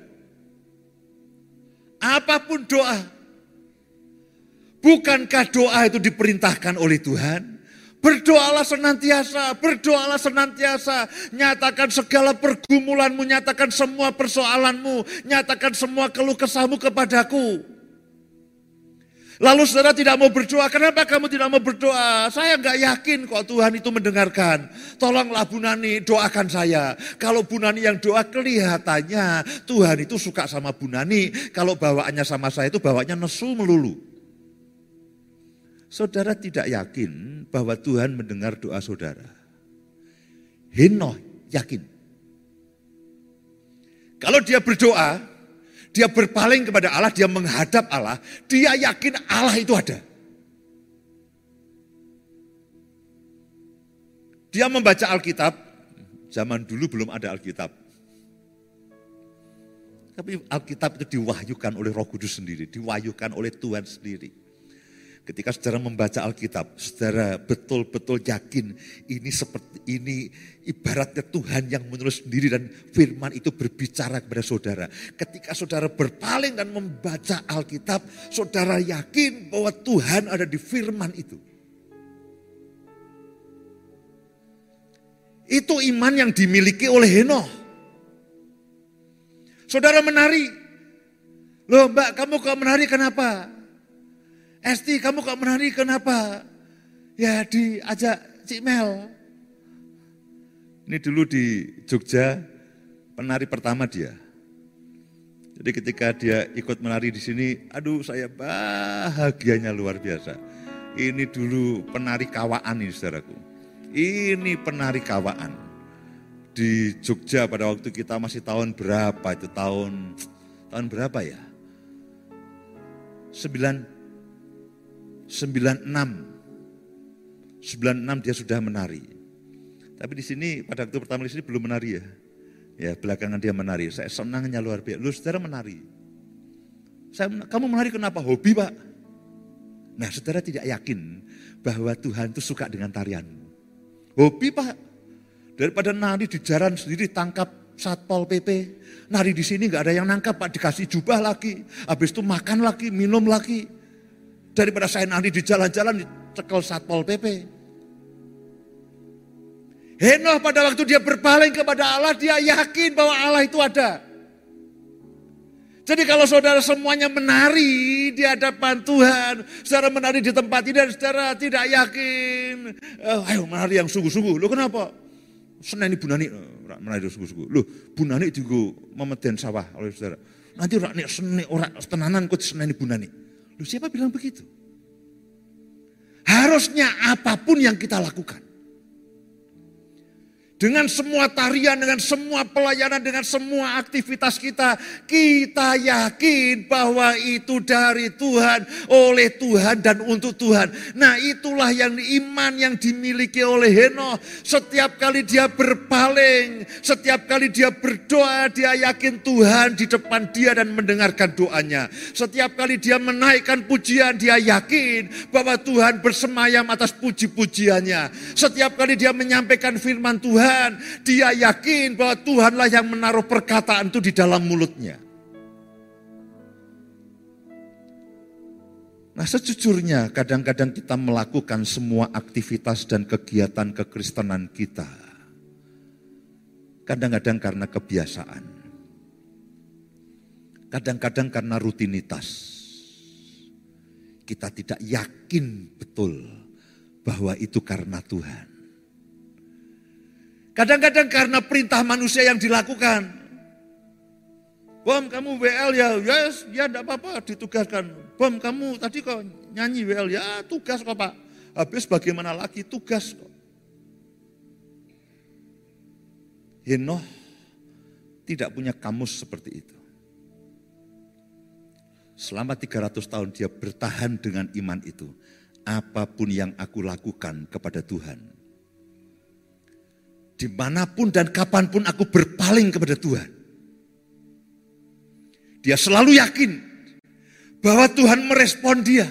Apapun doa. Bukankah doa itu diperintahkan oleh Tuhan? Berdoalah senantiasa, berdoalah senantiasa. Nyatakan segala pergumulanmu, nyatakan semua persoalanmu, nyatakan semua keluh kesahmu kepadaku. Lalu saudara tidak mau berdoa, kenapa kamu tidak mau berdoa? Saya enggak yakin kok Tuhan itu mendengarkan. Tolonglah Bu Nani, doakan saya. Kalau Bu Nani yang doa kelihatannya Tuhan itu suka sama Bu Nani. Kalau bawaannya sama saya itu bawaannya nesu melulu. Saudara tidak yakin bahwa Tuhan mendengar doa saudara. Henoh yakin. Kalau dia berdoa, dia berpaling kepada Allah, dia menghadap Allah, dia yakin Allah itu ada. Dia membaca Alkitab, zaman dulu belum ada Alkitab. Tapi Alkitab itu diwahyukan oleh Roh Kudus sendiri, diwahyukan oleh Tuhan sendiri. Ketika saudara membaca Alkitab, saudara betul-betul yakin ini ibaratnya Tuhan yang menulis sendiri dan firman itu berbicara kepada saudara. Ketika saudara berpaling dan membaca Alkitab, saudara yakin bahwa Tuhan ada di firman itu. Itu iman yang dimiliki oleh Henoh. Saudara menari. Loh Mbak, kamu kok menari kenapa? Esti, kamu kok menari kenapa? Ya diajak Cik Mel. Ini dulu di Jogja, penari pertama dia. Jadi ketika dia ikut menari di sini, aduh saya bahagianya luar biasa. Ini dulu penari kawaan ini saudaraku. Ini penari kawaan. Di Jogja pada waktu kita masih tahun berapa itu? Tahun berapa ya? 96 dia sudah menari. Tapi di sini pada waktu pertama di sini belum menari ya. Ya belakangan dia menari. Saya senangnya luar biasa. Lu saudara menari. Kamu menari kenapa? Hobi Pak. Nah saudara tidak yakin bahwa Tuhan itu suka dengan tarian. Hobi Pak. Daripada nari di jalan sendiri tangkap Satpol PP. Nari di sini gak ada yang nangkap Pak. Dikasih jubah lagi. Habis itu makan lagi, minum lagi. Daripada saya nari di jalan-jalan dicekel Satpol PP. Henoh pada waktu dia berpaling kepada Allah, dia yakin bahwa Allah itu ada. Jadi kalau saudara semuanya menari di hadapan Tuhan, saudara menari di tempat ini dan saudara tidak yakin, ayo menari yang sungguh-sungguh. Loh kenapa? Seneni Bu Nani menari sungguh-sungguh. Loh Bu Nani juga memeden sawah oleh saudara. Nanti orang seni orang tenanan kok seneni Bu Nani. Loh siapa bilang begitu? Harusnya apapun yang kita lakukan, dengan semua tarian, dengan semua pelayanan, dengan semua aktivitas kita, kita yakin bahwa itu dari Tuhan, oleh Tuhan dan untuk Tuhan. Nah itulah yang iman yang dimiliki oleh Henoh. Setiap kali dia berpaling, setiap kali dia berdoa, dia yakin Tuhan di depan dia dan mendengarkan doanya. Setiap kali dia menaikkan pujian, dia yakin bahwa Tuhan bersemayam atas puji-pujiannya. Setiap kali dia menyampaikan firman Tuhan, dia yakin bahwa Tuhanlah yang menaruh perkataan itu di dalam mulutnya. Nah sejujurnya kadang-kadang kita melakukan semua aktivitas dan kegiatan kekristenan kita. Kadang-kadang karena kebiasaan. Kadang-kadang karena rutinitas. Kita tidak yakin betul bahwa itu karena Tuhan. Kadang-kadang karena perintah manusia yang dilakukan. Bom kamu WL ya, yes, ya enggak apa-apa ditugaskan. Bom kamu tadi kok nyanyi WL, ya tugas kok Pak. Habis bagaimana lagi tugas kok. Henoh tidak punya kamus seperti itu. Selama 300 tahun dia bertahan dengan iman itu. Apapun yang aku lakukan kepada Tuhan, dimanapun dan kapanpun aku berpaling kepada Tuhan, dia selalu yakin bahwa Tuhan merespon dia.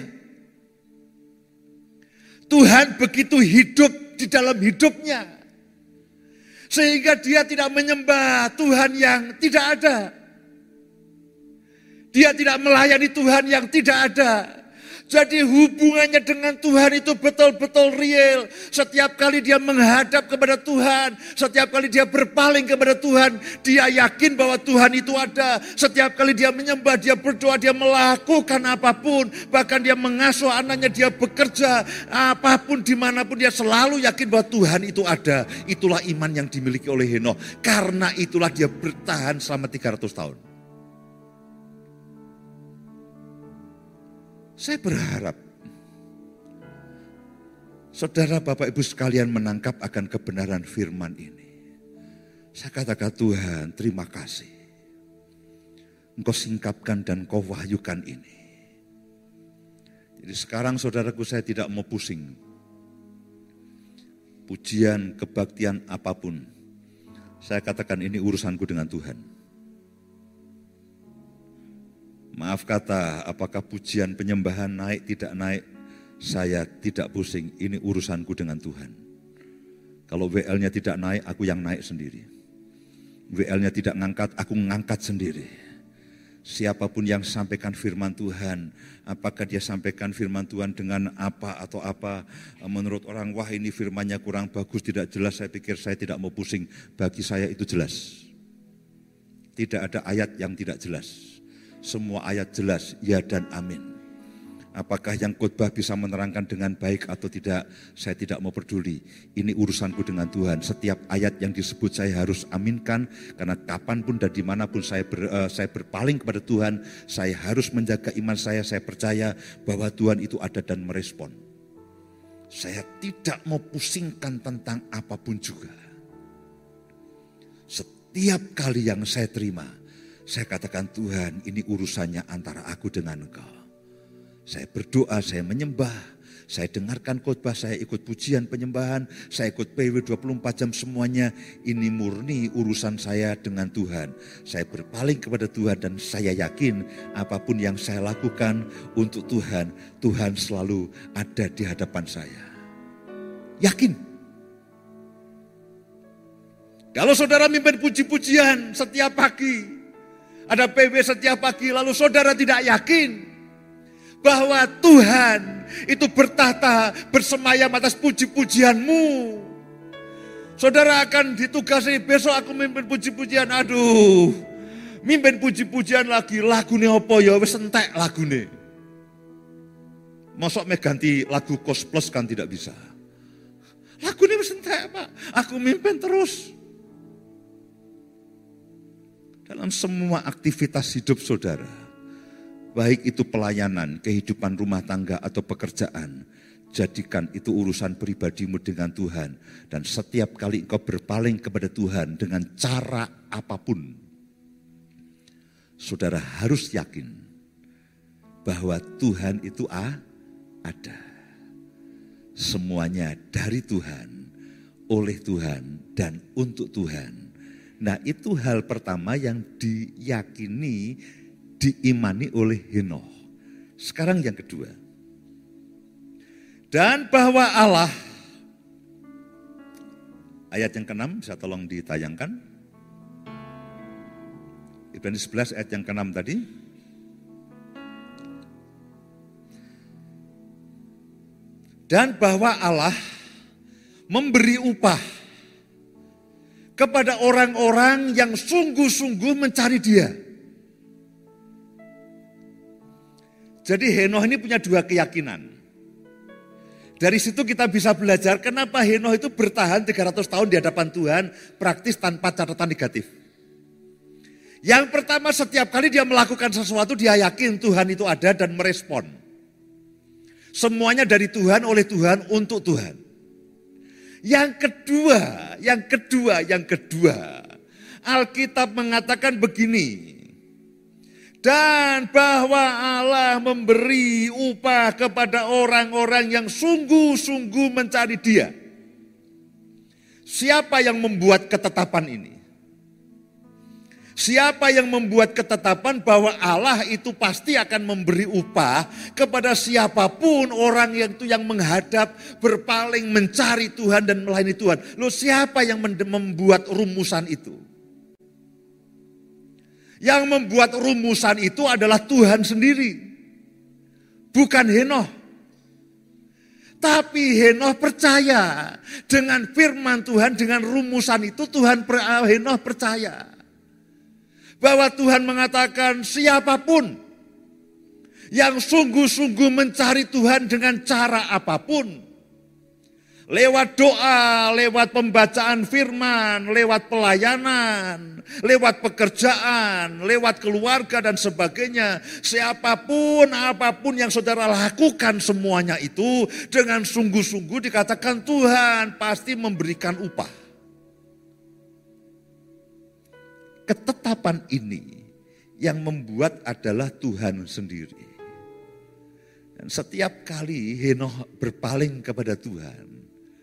Tuhan begitu hidup di dalam hidupnya, sehingga dia tidak menyembah Tuhan yang tidak ada. Dia tidak melayani Tuhan yang tidak ada. Jadi hubungannya dengan Tuhan itu betul-betul real. Setiap kali dia menghadap kepada Tuhan, setiap kali dia berpaling kepada Tuhan, dia yakin bahwa Tuhan itu ada. Setiap kali dia menyembah, dia berdoa, dia melakukan apapun. Bahkan dia mengasuh anaknya, dia bekerja, apapun dimanapun dia selalu yakin bahwa Tuhan itu ada. Itulah iman yang dimiliki oleh Henoh. Karena itulah dia bertahan selama 300 tahun. Saya berharap saudara Bapak Ibu sekalian menangkap akan kebenaran firman ini. Saya katakan Tuhan terima kasih. Engkau singkapkan dan Engkau wahyukan ini. Jadi sekarang saudaraku saya tidak mau pusing. Pujian, kebaktian apapun. Saya katakan ini urusanku dengan Tuhan. Maaf kata, apakah pujian penyembahan naik tidak naik, saya tidak pusing, ini urusanku dengan Tuhan. Kalau WL-nya tidak naik, aku yang naik sendiri. WL-nya tidak ngangkat, aku ngangkat sendiri. Siapapun yang sampaikan firman Tuhan, apakah dia sampaikan firman Tuhan dengan apa atau apa, menurut orang, wah ini firmannya kurang bagus, tidak jelas, saya pikir saya tidak mau pusing. Bagi saya itu jelas. Tidak ada ayat yang tidak jelas. Semua ayat jelas, ya dan amin. Apakah yang khotbah bisa menerangkan dengan baik atau tidak, saya tidak mau peduli. Ini urusanku dengan Tuhan. Setiap ayat yang disebut saya harus aminkan, karena kapanpun dan dimanapun saya berpaling kepada Tuhan, saya harus menjaga iman saya percaya bahwa Tuhan itu ada dan merespon. Saya tidak mau pusingkan tentang apapun juga. Setiap kali yang saya terima, saya katakan Tuhan ini urusannya antara aku dengan Engkau. Saya berdoa, saya menyembah, Saya dengarkan khotbah, saya ikut pujian penyembahan, saya ikut PW 24 jam semuanya. Ini murni urusan saya dengan Tuhan. Saya berpaling kepada Tuhan dan saya yakin apapun yang saya lakukan untuk Tuhan, Tuhan selalu ada di hadapan saya. Yakin. Kalau saudara mimpin puji-pujian setiap pagi, ada PW setiap pagi, lalu saudara tidak yakin bahwa Tuhan itu bertahta bersemayam atas puji-pujianmu. Saudara akan ditugasi, besok aku mimpin puji-pujian. Aduh, mimpin puji-pujian lagi, lagune apa ya, wis entek lagune. Mosok me ganti lagu Kos Plus kan tidak bisa. Lagune wis entek, Pak. Aku mimpin terus. Dalam semua aktivitas hidup saudara, baik itu pelayanan, kehidupan rumah tangga atau pekerjaan, jadikan itu urusan pribadimu dengan Tuhan. Dan setiap kali engkau berpaling kepada Tuhan dengan cara apapun, saudara harus yakin bahwa Tuhan itu ada. Semuanya dari Tuhan, oleh Tuhan, dan untuk Tuhan. Nah, itu hal pertama yang diyakini, diimani oleh Henokh. Sekarang yang kedua. Dan bahwa Allah, ayat yang ke-6 bisa tolong ditayangkan. Ibrani 11 ayat yang ke-6 tadi. Dan bahwa Allah memberi upah kepada orang-orang yang sungguh-sungguh mencari Dia. Jadi Henokh ini punya dua keyakinan. Dari situ kita bisa belajar kenapa Henokh itu bertahan 300 tahun di hadapan Tuhan praktis tanpa catatan negatif. Yang pertama, setiap kali dia melakukan sesuatu dia yakin Tuhan itu ada dan merespon. Semuanya dari Tuhan, oleh Tuhan, untuk Tuhan. Yang kedua, Alkitab mengatakan begini. Dan bahwa Allah memberi upah kepada orang-orang yang sungguh-sungguh mencari Dia. Siapa yang membuat ketetapan ini? Siapa yang membuat ketetapan bahwa Allah itu pasti akan memberi upah kepada siapapun orang yang itu yang menghadap, berpaling, mencari Tuhan dan melayani Tuhan. Loh, siapa yang membuat rumusan itu? Yang membuat rumusan itu adalah Tuhan sendiri. Bukan Henokh. Tapi Henokh percaya dengan firman Tuhan, dengan rumusan itu Henokh percaya. Bahwa Tuhan mengatakan siapapun yang sungguh-sungguh mencari Tuhan dengan cara apapun. Lewat doa, lewat pembacaan firman, lewat pelayanan, lewat pekerjaan, lewat keluarga dan sebagainya. Siapapun, apapun yang saudara lakukan semuanya itu dengan sungguh-sungguh dikatakan Tuhan pasti memberikan upah. Ketetapan ini yang membuat adalah Tuhan sendiri. Dan setiap kali Henokh berpaling kepada Tuhan,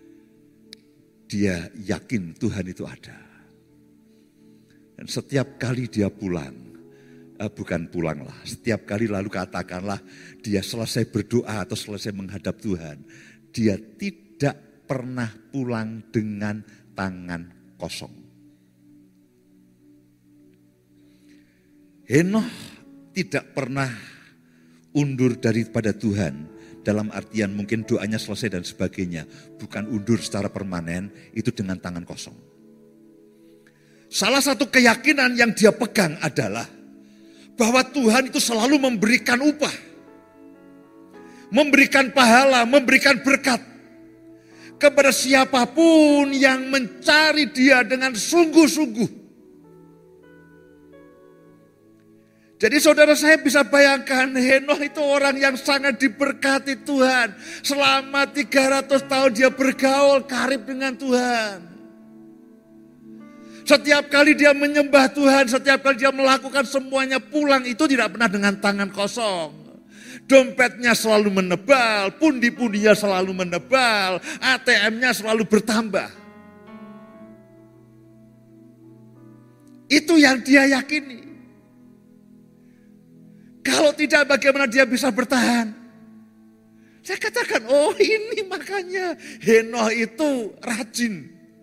dia yakin Tuhan itu ada. Dan setiap kali dia pulang, setiap kali lalu katakanlah dia selesai berdoa atau selesai menghadap Tuhan, dia tidak pernah pulang dengan tangan kosong. Henokh tidak pernah undur daripada Tuhan. Dalam artian mungkin doanya selesai dan sebagainya. Bukan undur secara permanen, itu dengan tangan kosong. Salah satu keyakinan yang dia pegang adalah bahwa Tuhan itu selalu memberikan upah. Memberikan pahala, memberikan berkat. Kepada siapapun yang mencari Dia dengan sungguh-sungguh. Jadi saudara, saya bisa bayangkan Henokh itu orang yang sangat diberkati Tuhan. Selama 300 tahun dia bergaul karib dengan Tuhan. Setiap kali dia menyembah Tuhan, setiap kali dia melakukan semuanya pulang itu tidak pernah dengan tangan kosong. Dompetnya selalu menebal, pundi-pundinya selalu menebal, ATM-nya selalu bertambah. Itu yang dia yakini. Kalau tidak, bagaimana dia bisa bertahan? Saya katakan, oh ini makanya Henoh itu rajin.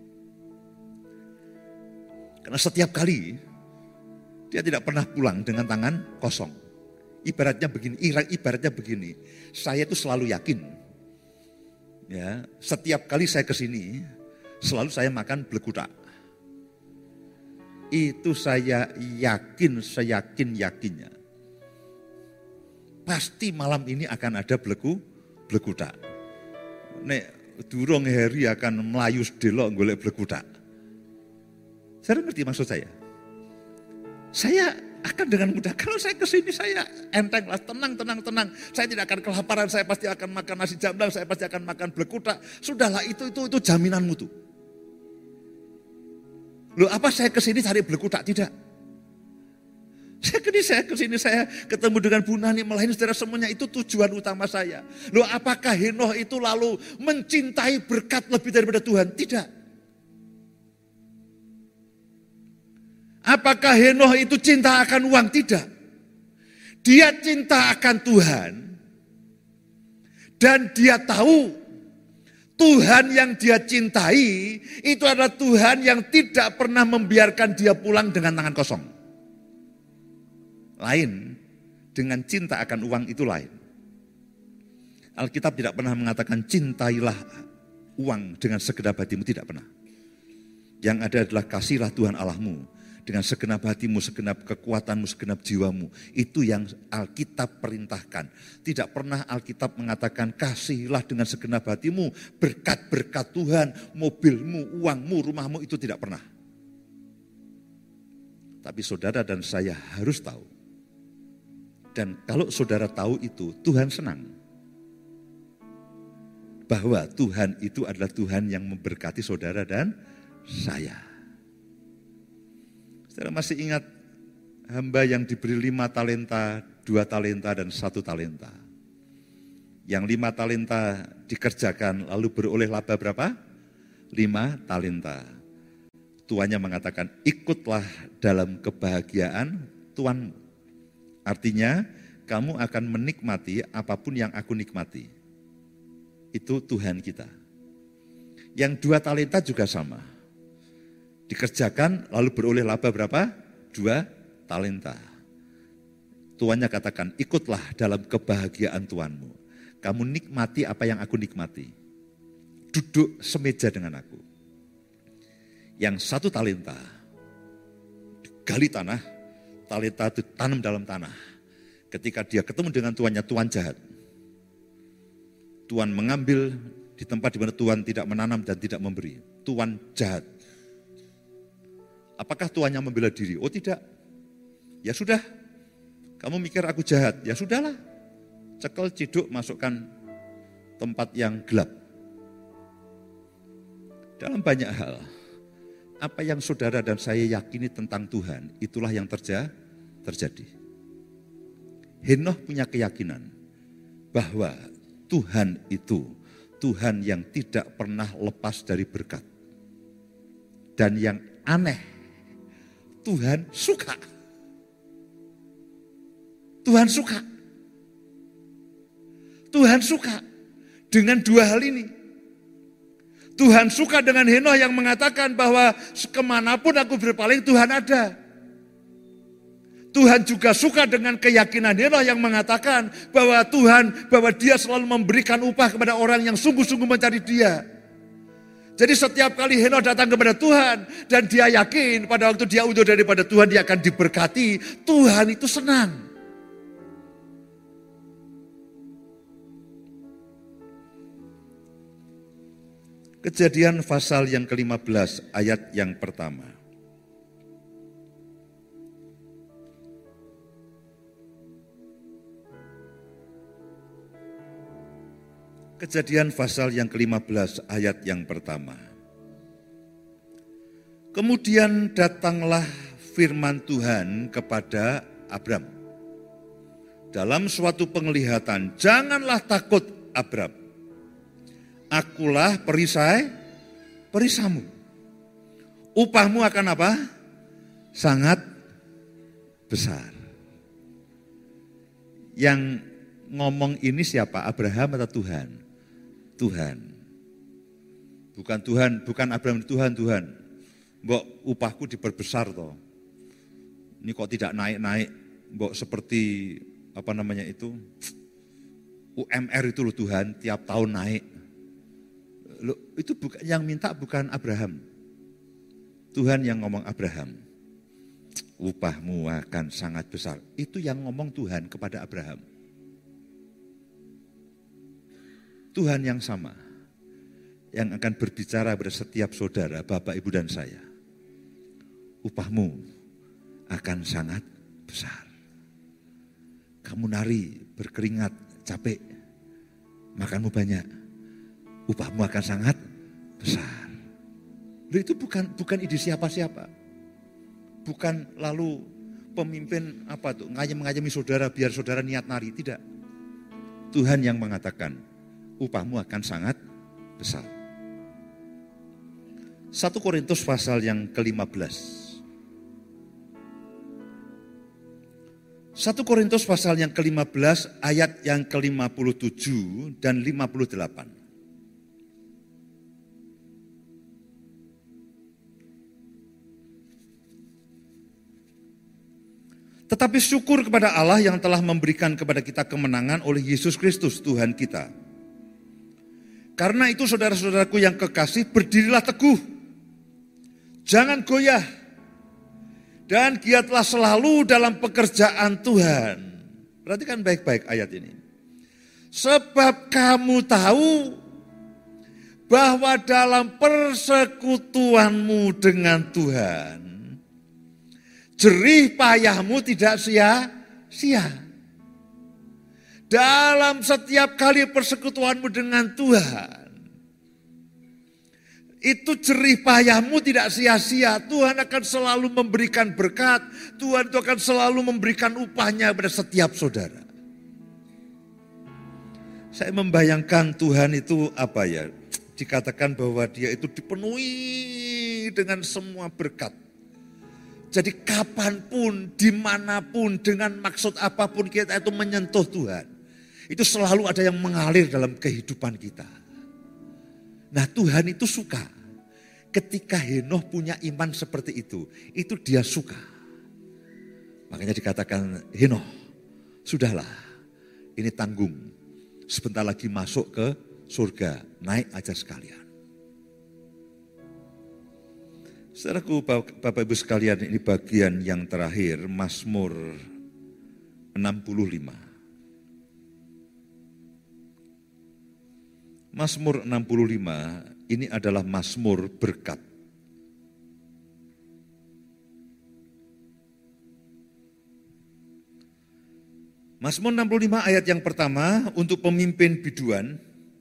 Karena setiap kali dia tidak pernah pulang dengan tangan kosong. Ibaratnya begini, saya itu selalu yakin. Ya, setiap kali saya ke sini, selalu saya makan blekutak. Itu saya yakin, seyakin-yakinnya. Pasti malam ini akan ada blekutak. Nek durung hari akan melayu sedelok golek blekutak. Saya ngerti maksud saya. Saya akan dengan mudah, kalau saya ke sini saya enteng lah, tenang. Saya tidak akan kelaparan, saya pasti akan makan nasi jamblang, saya pasti akan makan blekutak. Sudahlah itu jaminanmu tuh. Loh apa saya ke sini cari blekutak? Tidak. Saya ke sini saya ketemu dengan Bu Nani, melayani saudara semuanya, itu tujuan utama saya. Loh apakah Henoh itu lalu mencintai berkat lebih daripada Tuhan? Tidak. Apakah Henoh itu cinta akan uang? Tidak. Dia cinta akan Tuhan. Dan dia tahu Tuhan yang dia cintai itu adalah Tuhan yang tidak pernah membiarkan dia pulang dengan tangan kosong. Lain dengan cinta akan uang itu lain. Alkitab tidak pernah mengatakan cintailah uang dengan segenap hatimu, tidak pernah. Yang ada adalah kasihlah Tuhan Allahmu dengan segenap hatimu, segenap kekuatanmu, segenap jiwamu. Itu yang Alkitab perintahkan. Tidak pernah Alkitab mengatakan kasihilah dengan segenap hatimu, berkat-berkat Tuhan, mobilmu, uangmu, rumahmu, itu tidak pernah. Tapi saudara dan saya harus tahu. Dan kalau saudara tahu itu, Tuhan senang. Bahwa Tuhan itu adalah Tuhan yang memberkati saudara dan saya. Saudara masih ingat hamba yang diberi 5 talenta, 2 talenta, dan 1 talenta. Yang 5 talenta dikerjakan lalu beroleh laba berapa? 5 talenta. Tuannya mengatakan, ikutlah dalam kebahagiaan Tuanmu. Artinya, kamu akan menikmati apapun yang aku nikmati. Itu Tuhan kita. Yang 2 talenta juga sama. Dikerjakan lalu beroleh laba berapa? 2 talenta. Tuannya katakan, ikutlah dalam kebahagiaan Tuanmu. Kamu nikmati apa yang aku nikmati. Duduk semeja dengan aku. Yang 1 talenta, gali tanah, talenta itu tanam dalam tanah. Ketika dia ketemu dengan tuannya, Tuan jahat. Tuan mengambil di tempat di mana Tuan tidak menanam dan tidak memberi. Tuan jahat. Apakah tuannya membela diri? Oh tidak. Ya sudah, kamu mikir aku jahat. Ya sudahlah, cekel ciduk masukkan tempat yang gelap. Dalam banyak hal, apa yang saudara dan saya yakini tentang Tuhan, itulah yang terjadi. Henoh punya keyakinan bahwa Tuhan itu Tuhan yang tidak pernah lepas dari berkat. Dan yang aneh, Tuhan suka. Tuhan suka. Tuhan suka dengan 2 hal ini. Tuhan suka dengan Henoh yang mengatakan bahwa kemanapun aku berpaling Tuhan ada. Tuhan juga suka dengan keyakinan Henoh yang mengatakan bahwa bahwa dia selalu memberikan upah kepada orang yang sungguh-sungguh mencari dia. Jadi setiap kali Henoh datang kepada Tuhan dan dia yakin pada waktu dia undur daripada Tuhan dia akan diberkati, Tuhan itu senang. Kejadian pasal yang ke-15 ayat yang pertama. Kejadian pasal yang ke-15 ayat yang pertama. Kemudian datanglah firman Tuhan kepada Abram dalam suatu penglihatan, janganlah takut Abram. Akulah perisamu. Upahmu akan apa? Sangat besar. Yang ngomong ini siapa? Abraham atau Tuhan? Tuhan. Bukan Abraham, Tuhan. Mbok upahku diperbesar toh. Ini kok tidak naik-naik, mbok seperti UMR itu loh Tuhan, tiap tahun naik. Loh, itu yang minta bukan Abraham. Tuhan yang ngomong Abraham. Upahmu akan sangat besar. Itu yang ngomong Tuhan kepada Abraham. Tuhan yang sama. Yang akan berbicara pada setiap saudara, Bapak, Ibu, dan saya. Upahmu akan sangat besar. Kamu nari, berkeringat, capek, makanmu banyak, upahmu akan sangat besar. Loh, itu bukan ide siapa-siapa. Bukan lalu pemimpin ngayem-ngayemi saudara biar saudara niat nari, tidak. Tuhan yang mengatakan, upahmu akan sangat besar. 1 Korintus pasal yang ke-15. 1 Korintus pasal yang ke-15 ayat yang ke-57 dan 58. Tetapi syukur kepada Allah yang telah memberikan kepada kita kemenangan oleh Yesus Kristus Tuhan kita. Karena itu saudara-saudaraku yang kekasih, berdirilah teguh. Jangan goyah. Dan giatlah selalu dalam pekerjaan Tuhan. Perhatikan baik-baik ayat ini. Sebab kamu tahu bahwa dalam persekutuanmu dengan Tuhan, jerih payahmu tidak sia-sia. Dalam setiap kali persekutuanmu dengan Tuhan, itu jerih payahmu tidak sia-sia. Tuhan akan selalu memberikan berkat. Tuhan itu akan selalu memberikan upahnya pada setiap saudara. Saya membayangkan Tuhan itu dikatakan bahwa dia itu dipenuhi dengan semua berkat. Jadi kapanpun, dimanapun, dengan maksud apapun kita itu menyentuh Tuhan. Itu selalu ada yang mengalir dalam kehidupan kita. Nah, Tuhan itu suka. Ketika Henoh punya iman seperti itu dia suka. Makanya dikatakan, Henoh, sudahlah, ini tanggung. Sebentar lagi masuk ke surga, naik aja sekalian. Saudaraku, Bapak Ibu sekalian, ini bagian yang terakhir, Mazmur 65. Mazmur 65 ini adalah Mazmur berkat. Mazmur 65 ayat yang pertama untuk pemimpin biduan.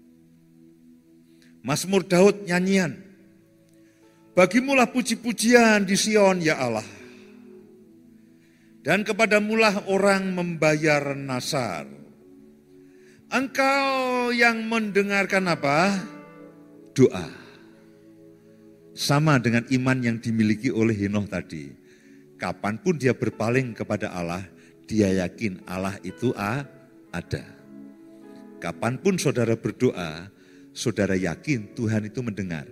Mazmur Daud nyanyian. Bagimulah puji-pujian di Sion ya Allah. Dan kepadamulah orang membayar nasar. Engkau yang mendengarkan apa? Doa. Sama dengan iman yang dimiliki oleh Henoh tadi. Kapanpun dia berpaling kepada Allah, dia yakin Allah itu ada. Kapanpun saudara berdoa, saudara yakin Tuhan itu mendengar.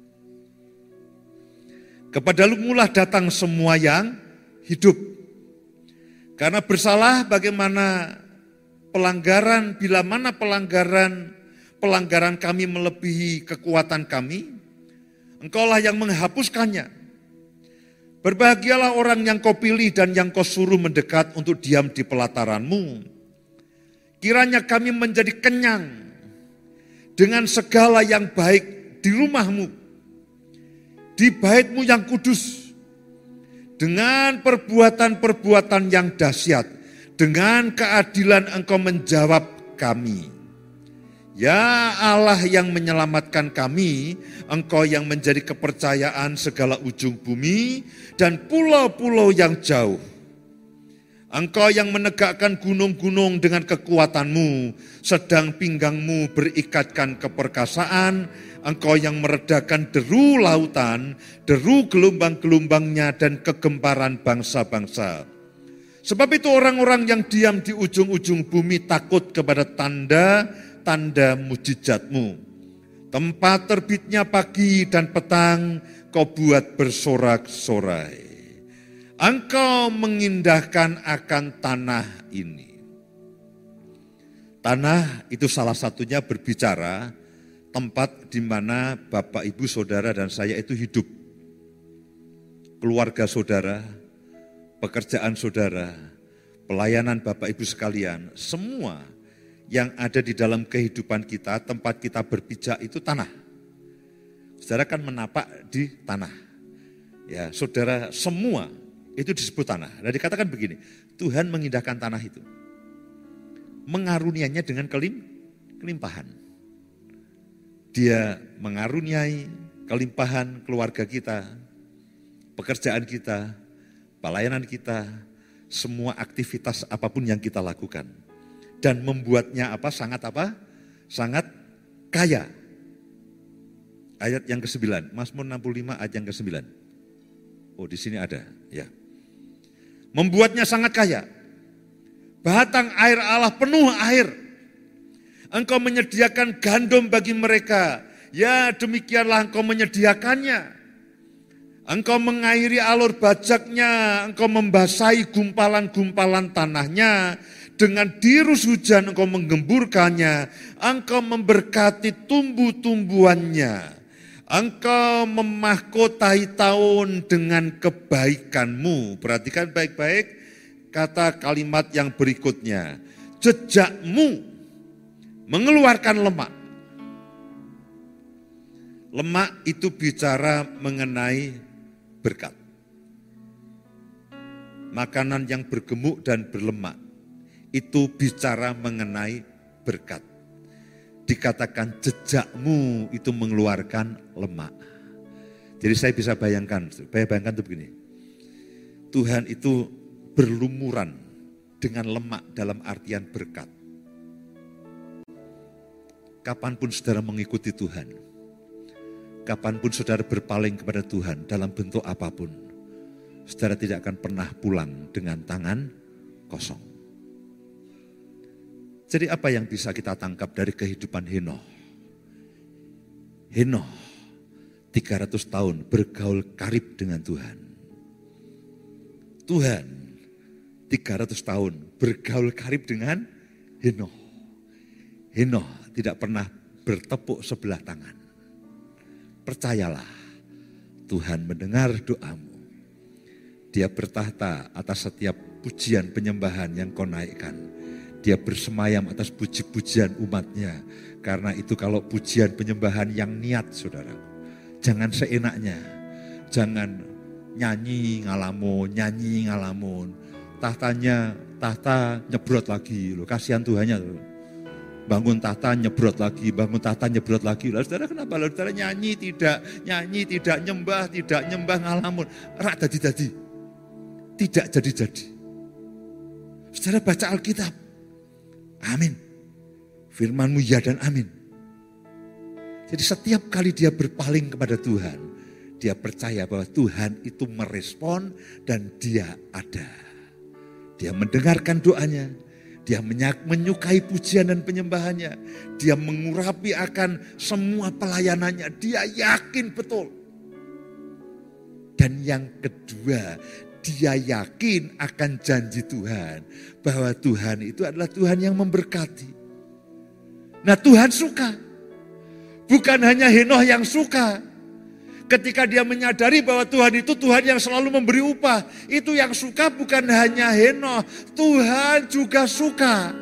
Kepadamulah datang semua yang hidup. Karena bersalah bagaimana pelanggaran, bila mana pelanggaran kami melebihi kekuatan kami, Engkaulah yang menghapuskannya. Berbahagialah orang yang kau pilih dan yang kau suruh mendekat untuk diam di pelataranmu. Kiranya kami menjadi kenyang dengan segala yang baik di rumahmu, di baitmu yang kudus, dengan perbuatan-perbuatan yang dahsyat, dengan keadilan engkau menjawab kami. Ya Allah yang menyelamatkan kami, engkau yang menjadi kepercayaan segala ujung bumi dan pulau-pulau yang jauh. Engkau yang menegakkan gunung-gunung dengan kekuatanmu, sedang pinggangmu berikatkan keperkasaan. Engkau yang meredakan deru lautan, deru gelombang-gelombangnya dan kegemparan bangsa-bangsa. Sebab itu orang-orang yang diam di ujung-ujung bumi takut kepada tanda-tanda mujizatmu. Tempat terbitnya pagi dan petang kau buat bersorak-sorai. Engkau mengindahkan akan tanah ini. Tanah itu salah satunya berbicara tempat di mana Bapak, Ibu, Saudara, dan saya itu hidup. Keluarga saudara, pekerjaan saudara, pelayanan Bapak, Ibu sekalian, semua yang ada di dalam kehidupan kita, tempat kita berpijak itu tanah. Saudara kan menapak di tanah. Ya, saudara semua itu disebut tanah. Dan dikatakan begini, Tuhan mengindahkan tanah itu. Mengaruniainya dengan kelimpahan. Dia mengaruniai kelimpahan keluarga kita, pekerjaan kita, pelayanan kita, semua aktivitas apapun yang kita lakukan. Dan membuatnya sangat kaya. Ayat yang ke-9, Mazmur 65 ayat yang ke-9. Oh, di sini ada, ya. Membuatnya sangat kaya. Batang air Allah penuh air. Engkau menyediakan gandum bagi mereka. Ya, demikianlah engkau menyediakannya. Engkau mengairi alur bajaknya, engkau membasahi gumpalan-gumpalan tanahnya. Dengan dirus hujan engkau menggemburkannya. Engkau memberkati tumbuh-tumbuhannya. Engkau memahkotai tahun dengan kebaikanmu. Perhatikan baik-baik kata kalimat yang berikutnya. Jejakmu mengeluarkan lemak. Lemak itu bicara mengenai berkat. Makanan yang bergemuk dan berlemak itu bicara mengenai berkat. Dikatakan jejakmu itu mengeluarkan lemak. Jadi saya bisa bayangkan itu begini. Tuhan itu berlumuran dengan lemak dalam artian berkat. Kapanpun saudara mengikuti Tuhan, kapanpun saudara berpaling kepada Tuhan dalam bentuk apapun, saudara tidak akan pernah pulang dengan tangan kosong. Jadi apa yang bisa kita tangkap dari kehidupan Henoh? Henoh 300 tahun bergaul karib dengan Tuhan. Tuhan 300 tahun bergaul karib dengan Henoh. Henoh tidak pernah bertepuk sebelah tangan. Percayalah, Tuhan mendengar doamu. Dia bertahta atas setiap pujian penyembahan yang kau naikkan. Dia bersemayam atas puji-pujian umatnya. Karena itu kalau pujian penyembahan yang niat, saudara. Jangan seenaknya. Jangan nyanyi ngalamun. Tahta nyebrot lagi. Loh, kasihan Tuhannya. Loh. Bangun tahta nyebrot lagi. Lalu saudara kenapa? Lalu saudara nyanyi tidak nyembah ngalamun. Rak jadi. Tidak jadi. Saudara baca Alkitab. Amin. Firman-Mu ya dan amin. Jadi setiap kali dia berpaling kepada Tuhan, dia percaya bahwa Tuhan itu merespon dan dia ada. Dia mendengarkan doanya, dia menyukai pujian dan penyembahannya, dia mengurapi akan semua pelayanannya, dia yakin betul. Dan yang kedua, dia yakin akan janji Tuhan. Bahwa Tuhan itu adalah Tuhan yang memberkati. Nah, Tuhan suka. Bukan hanya Henoh yang suka. Ketika dia menyadari bahwa Tuhan itu Tuhan yang selalu memberi upah. Itu yang suka bukan hanya Henoh. Tuhan juga suka.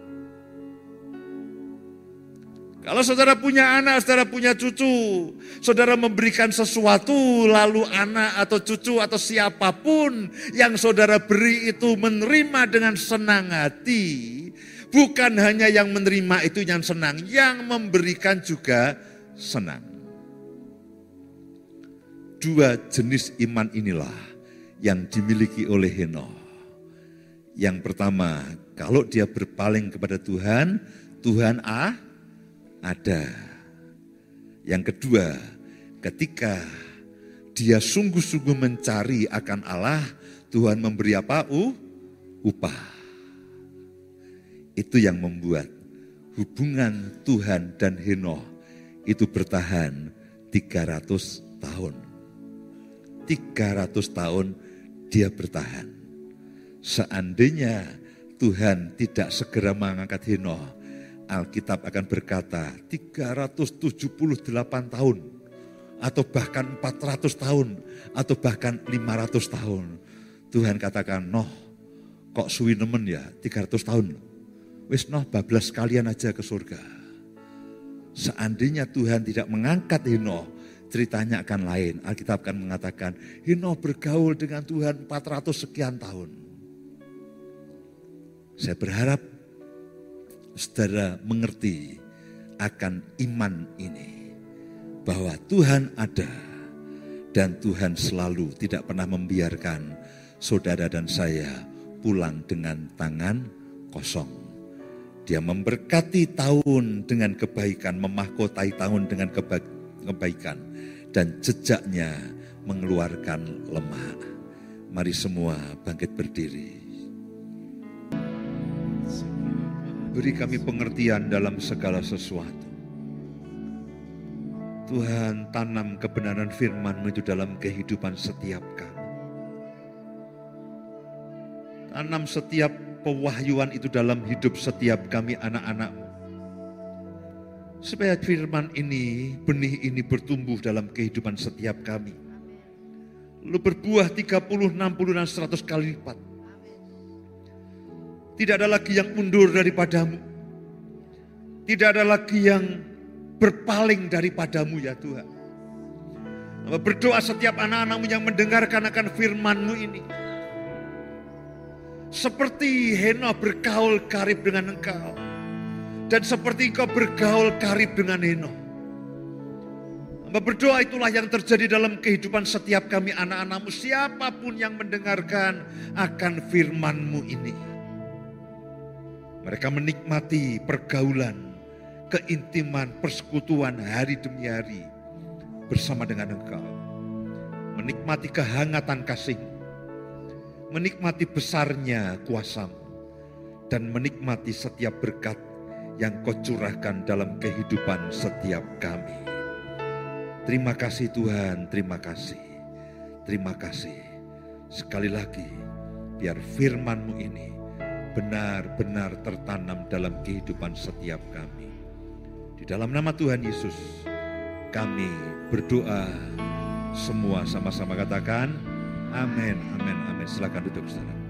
Kalau saudara punya anak, saudara punya cucu, saudara memberikan sesuatu, lalu anak atau cucu atau siapapun yang saudara beri itu menerima dengan senang hati. Bukan hanya yang menerima itu yang senang, yang memberikan juga senang. Dua jenis iman inilah yang dimiliki oleh Henoh. Yang pertama, kalau dia berpaling kepada Tuhan, Tuhan ada. Yang kedua, ketika dia sungguh-sungguh mencari akan Allah, Tuhan memberi apa? Upah. Itu yang membuat hubungan Tuhan dan Henokh itu bertahan 300 tahun. 300 tahun dia bertahan. Seandainya Tuhan tidak segera mengangkat Henokh, Alkitab akan berkata 378 tahun, atau bahkan 400 tahun, atau bahkan 500 tahun. Tuhan katakan, Noh, kok suwi nemen ya 300 tahun. Wis Noh, bablas kalian aja ke surga. Seandainya Tuhan tidak mengangkat Henokh, ceritanya akan lain. Alkitab akan mengatakan, Henokh bergaul dengan Tuhan 400 sekian tahun. Saya berharap saudara mengerti akan iman ini, bahwa Tuhan ada dan Tuhan selalu tidak pernah membiarkan saudara dan saya pulang dengan tangan kosong. Dia memberkati tahun dengan kebaikan, memahkotai tahun dengan kebaikan, dan jejaknya mengeluarkan lemak. Mari semua bangkit berdiri. Beri kami pengertian dalam segala sesuatu. Tuhan, tanam kebenaran firman-Mu itu dalam kehidupan setiap kami. Tanam setiap pewahyuan itu dalam hidup setiap kami anak-anak-Mu. Supaya firman ini, benih ini bertumbuh dalam kehidupan setiap kami. Lalu berbuah 30, 60, dan 100 kali lipat. Tidak ada lagi yang mundur daripada-Mu. Tidak ada lagi yang berpaling daripada-Mu ya Tuhan. Berdoa setiap anak-anak-Mu yang mendengarkan akan firman-Mu ini. Seperti Henokh bergaul karib dengan Engkau. Dan seperti Engkau bergaul karib dengan Henokh. Berdoa itulah yang terjadi dalam kehidupan setiap kami anak-anak-Mu. Siapapun yang mendengarkan akan firman-Mu ini. Mereka menikmati pergaulan, keintiman, persekutuan hari demi hari bersama dengan Engkau. Menikmati kehangatan kasih-Mu, menikmati besarnya kuasa-Mu, dan menikmati setiap berkat yang Kau curahkan dalam kehidupan setiap kami. Terima kasih Tuhan, terima kasih. Terima kasih. Sekali lagi, biar firman-Mu ini benar-benar tertanam dalam kehidupan setiap kami. Di dalam nama Tuhan Yesus, kami berdoa. Semua sama-sama katakan, amin, amin, amin. Silakan duduk saudara.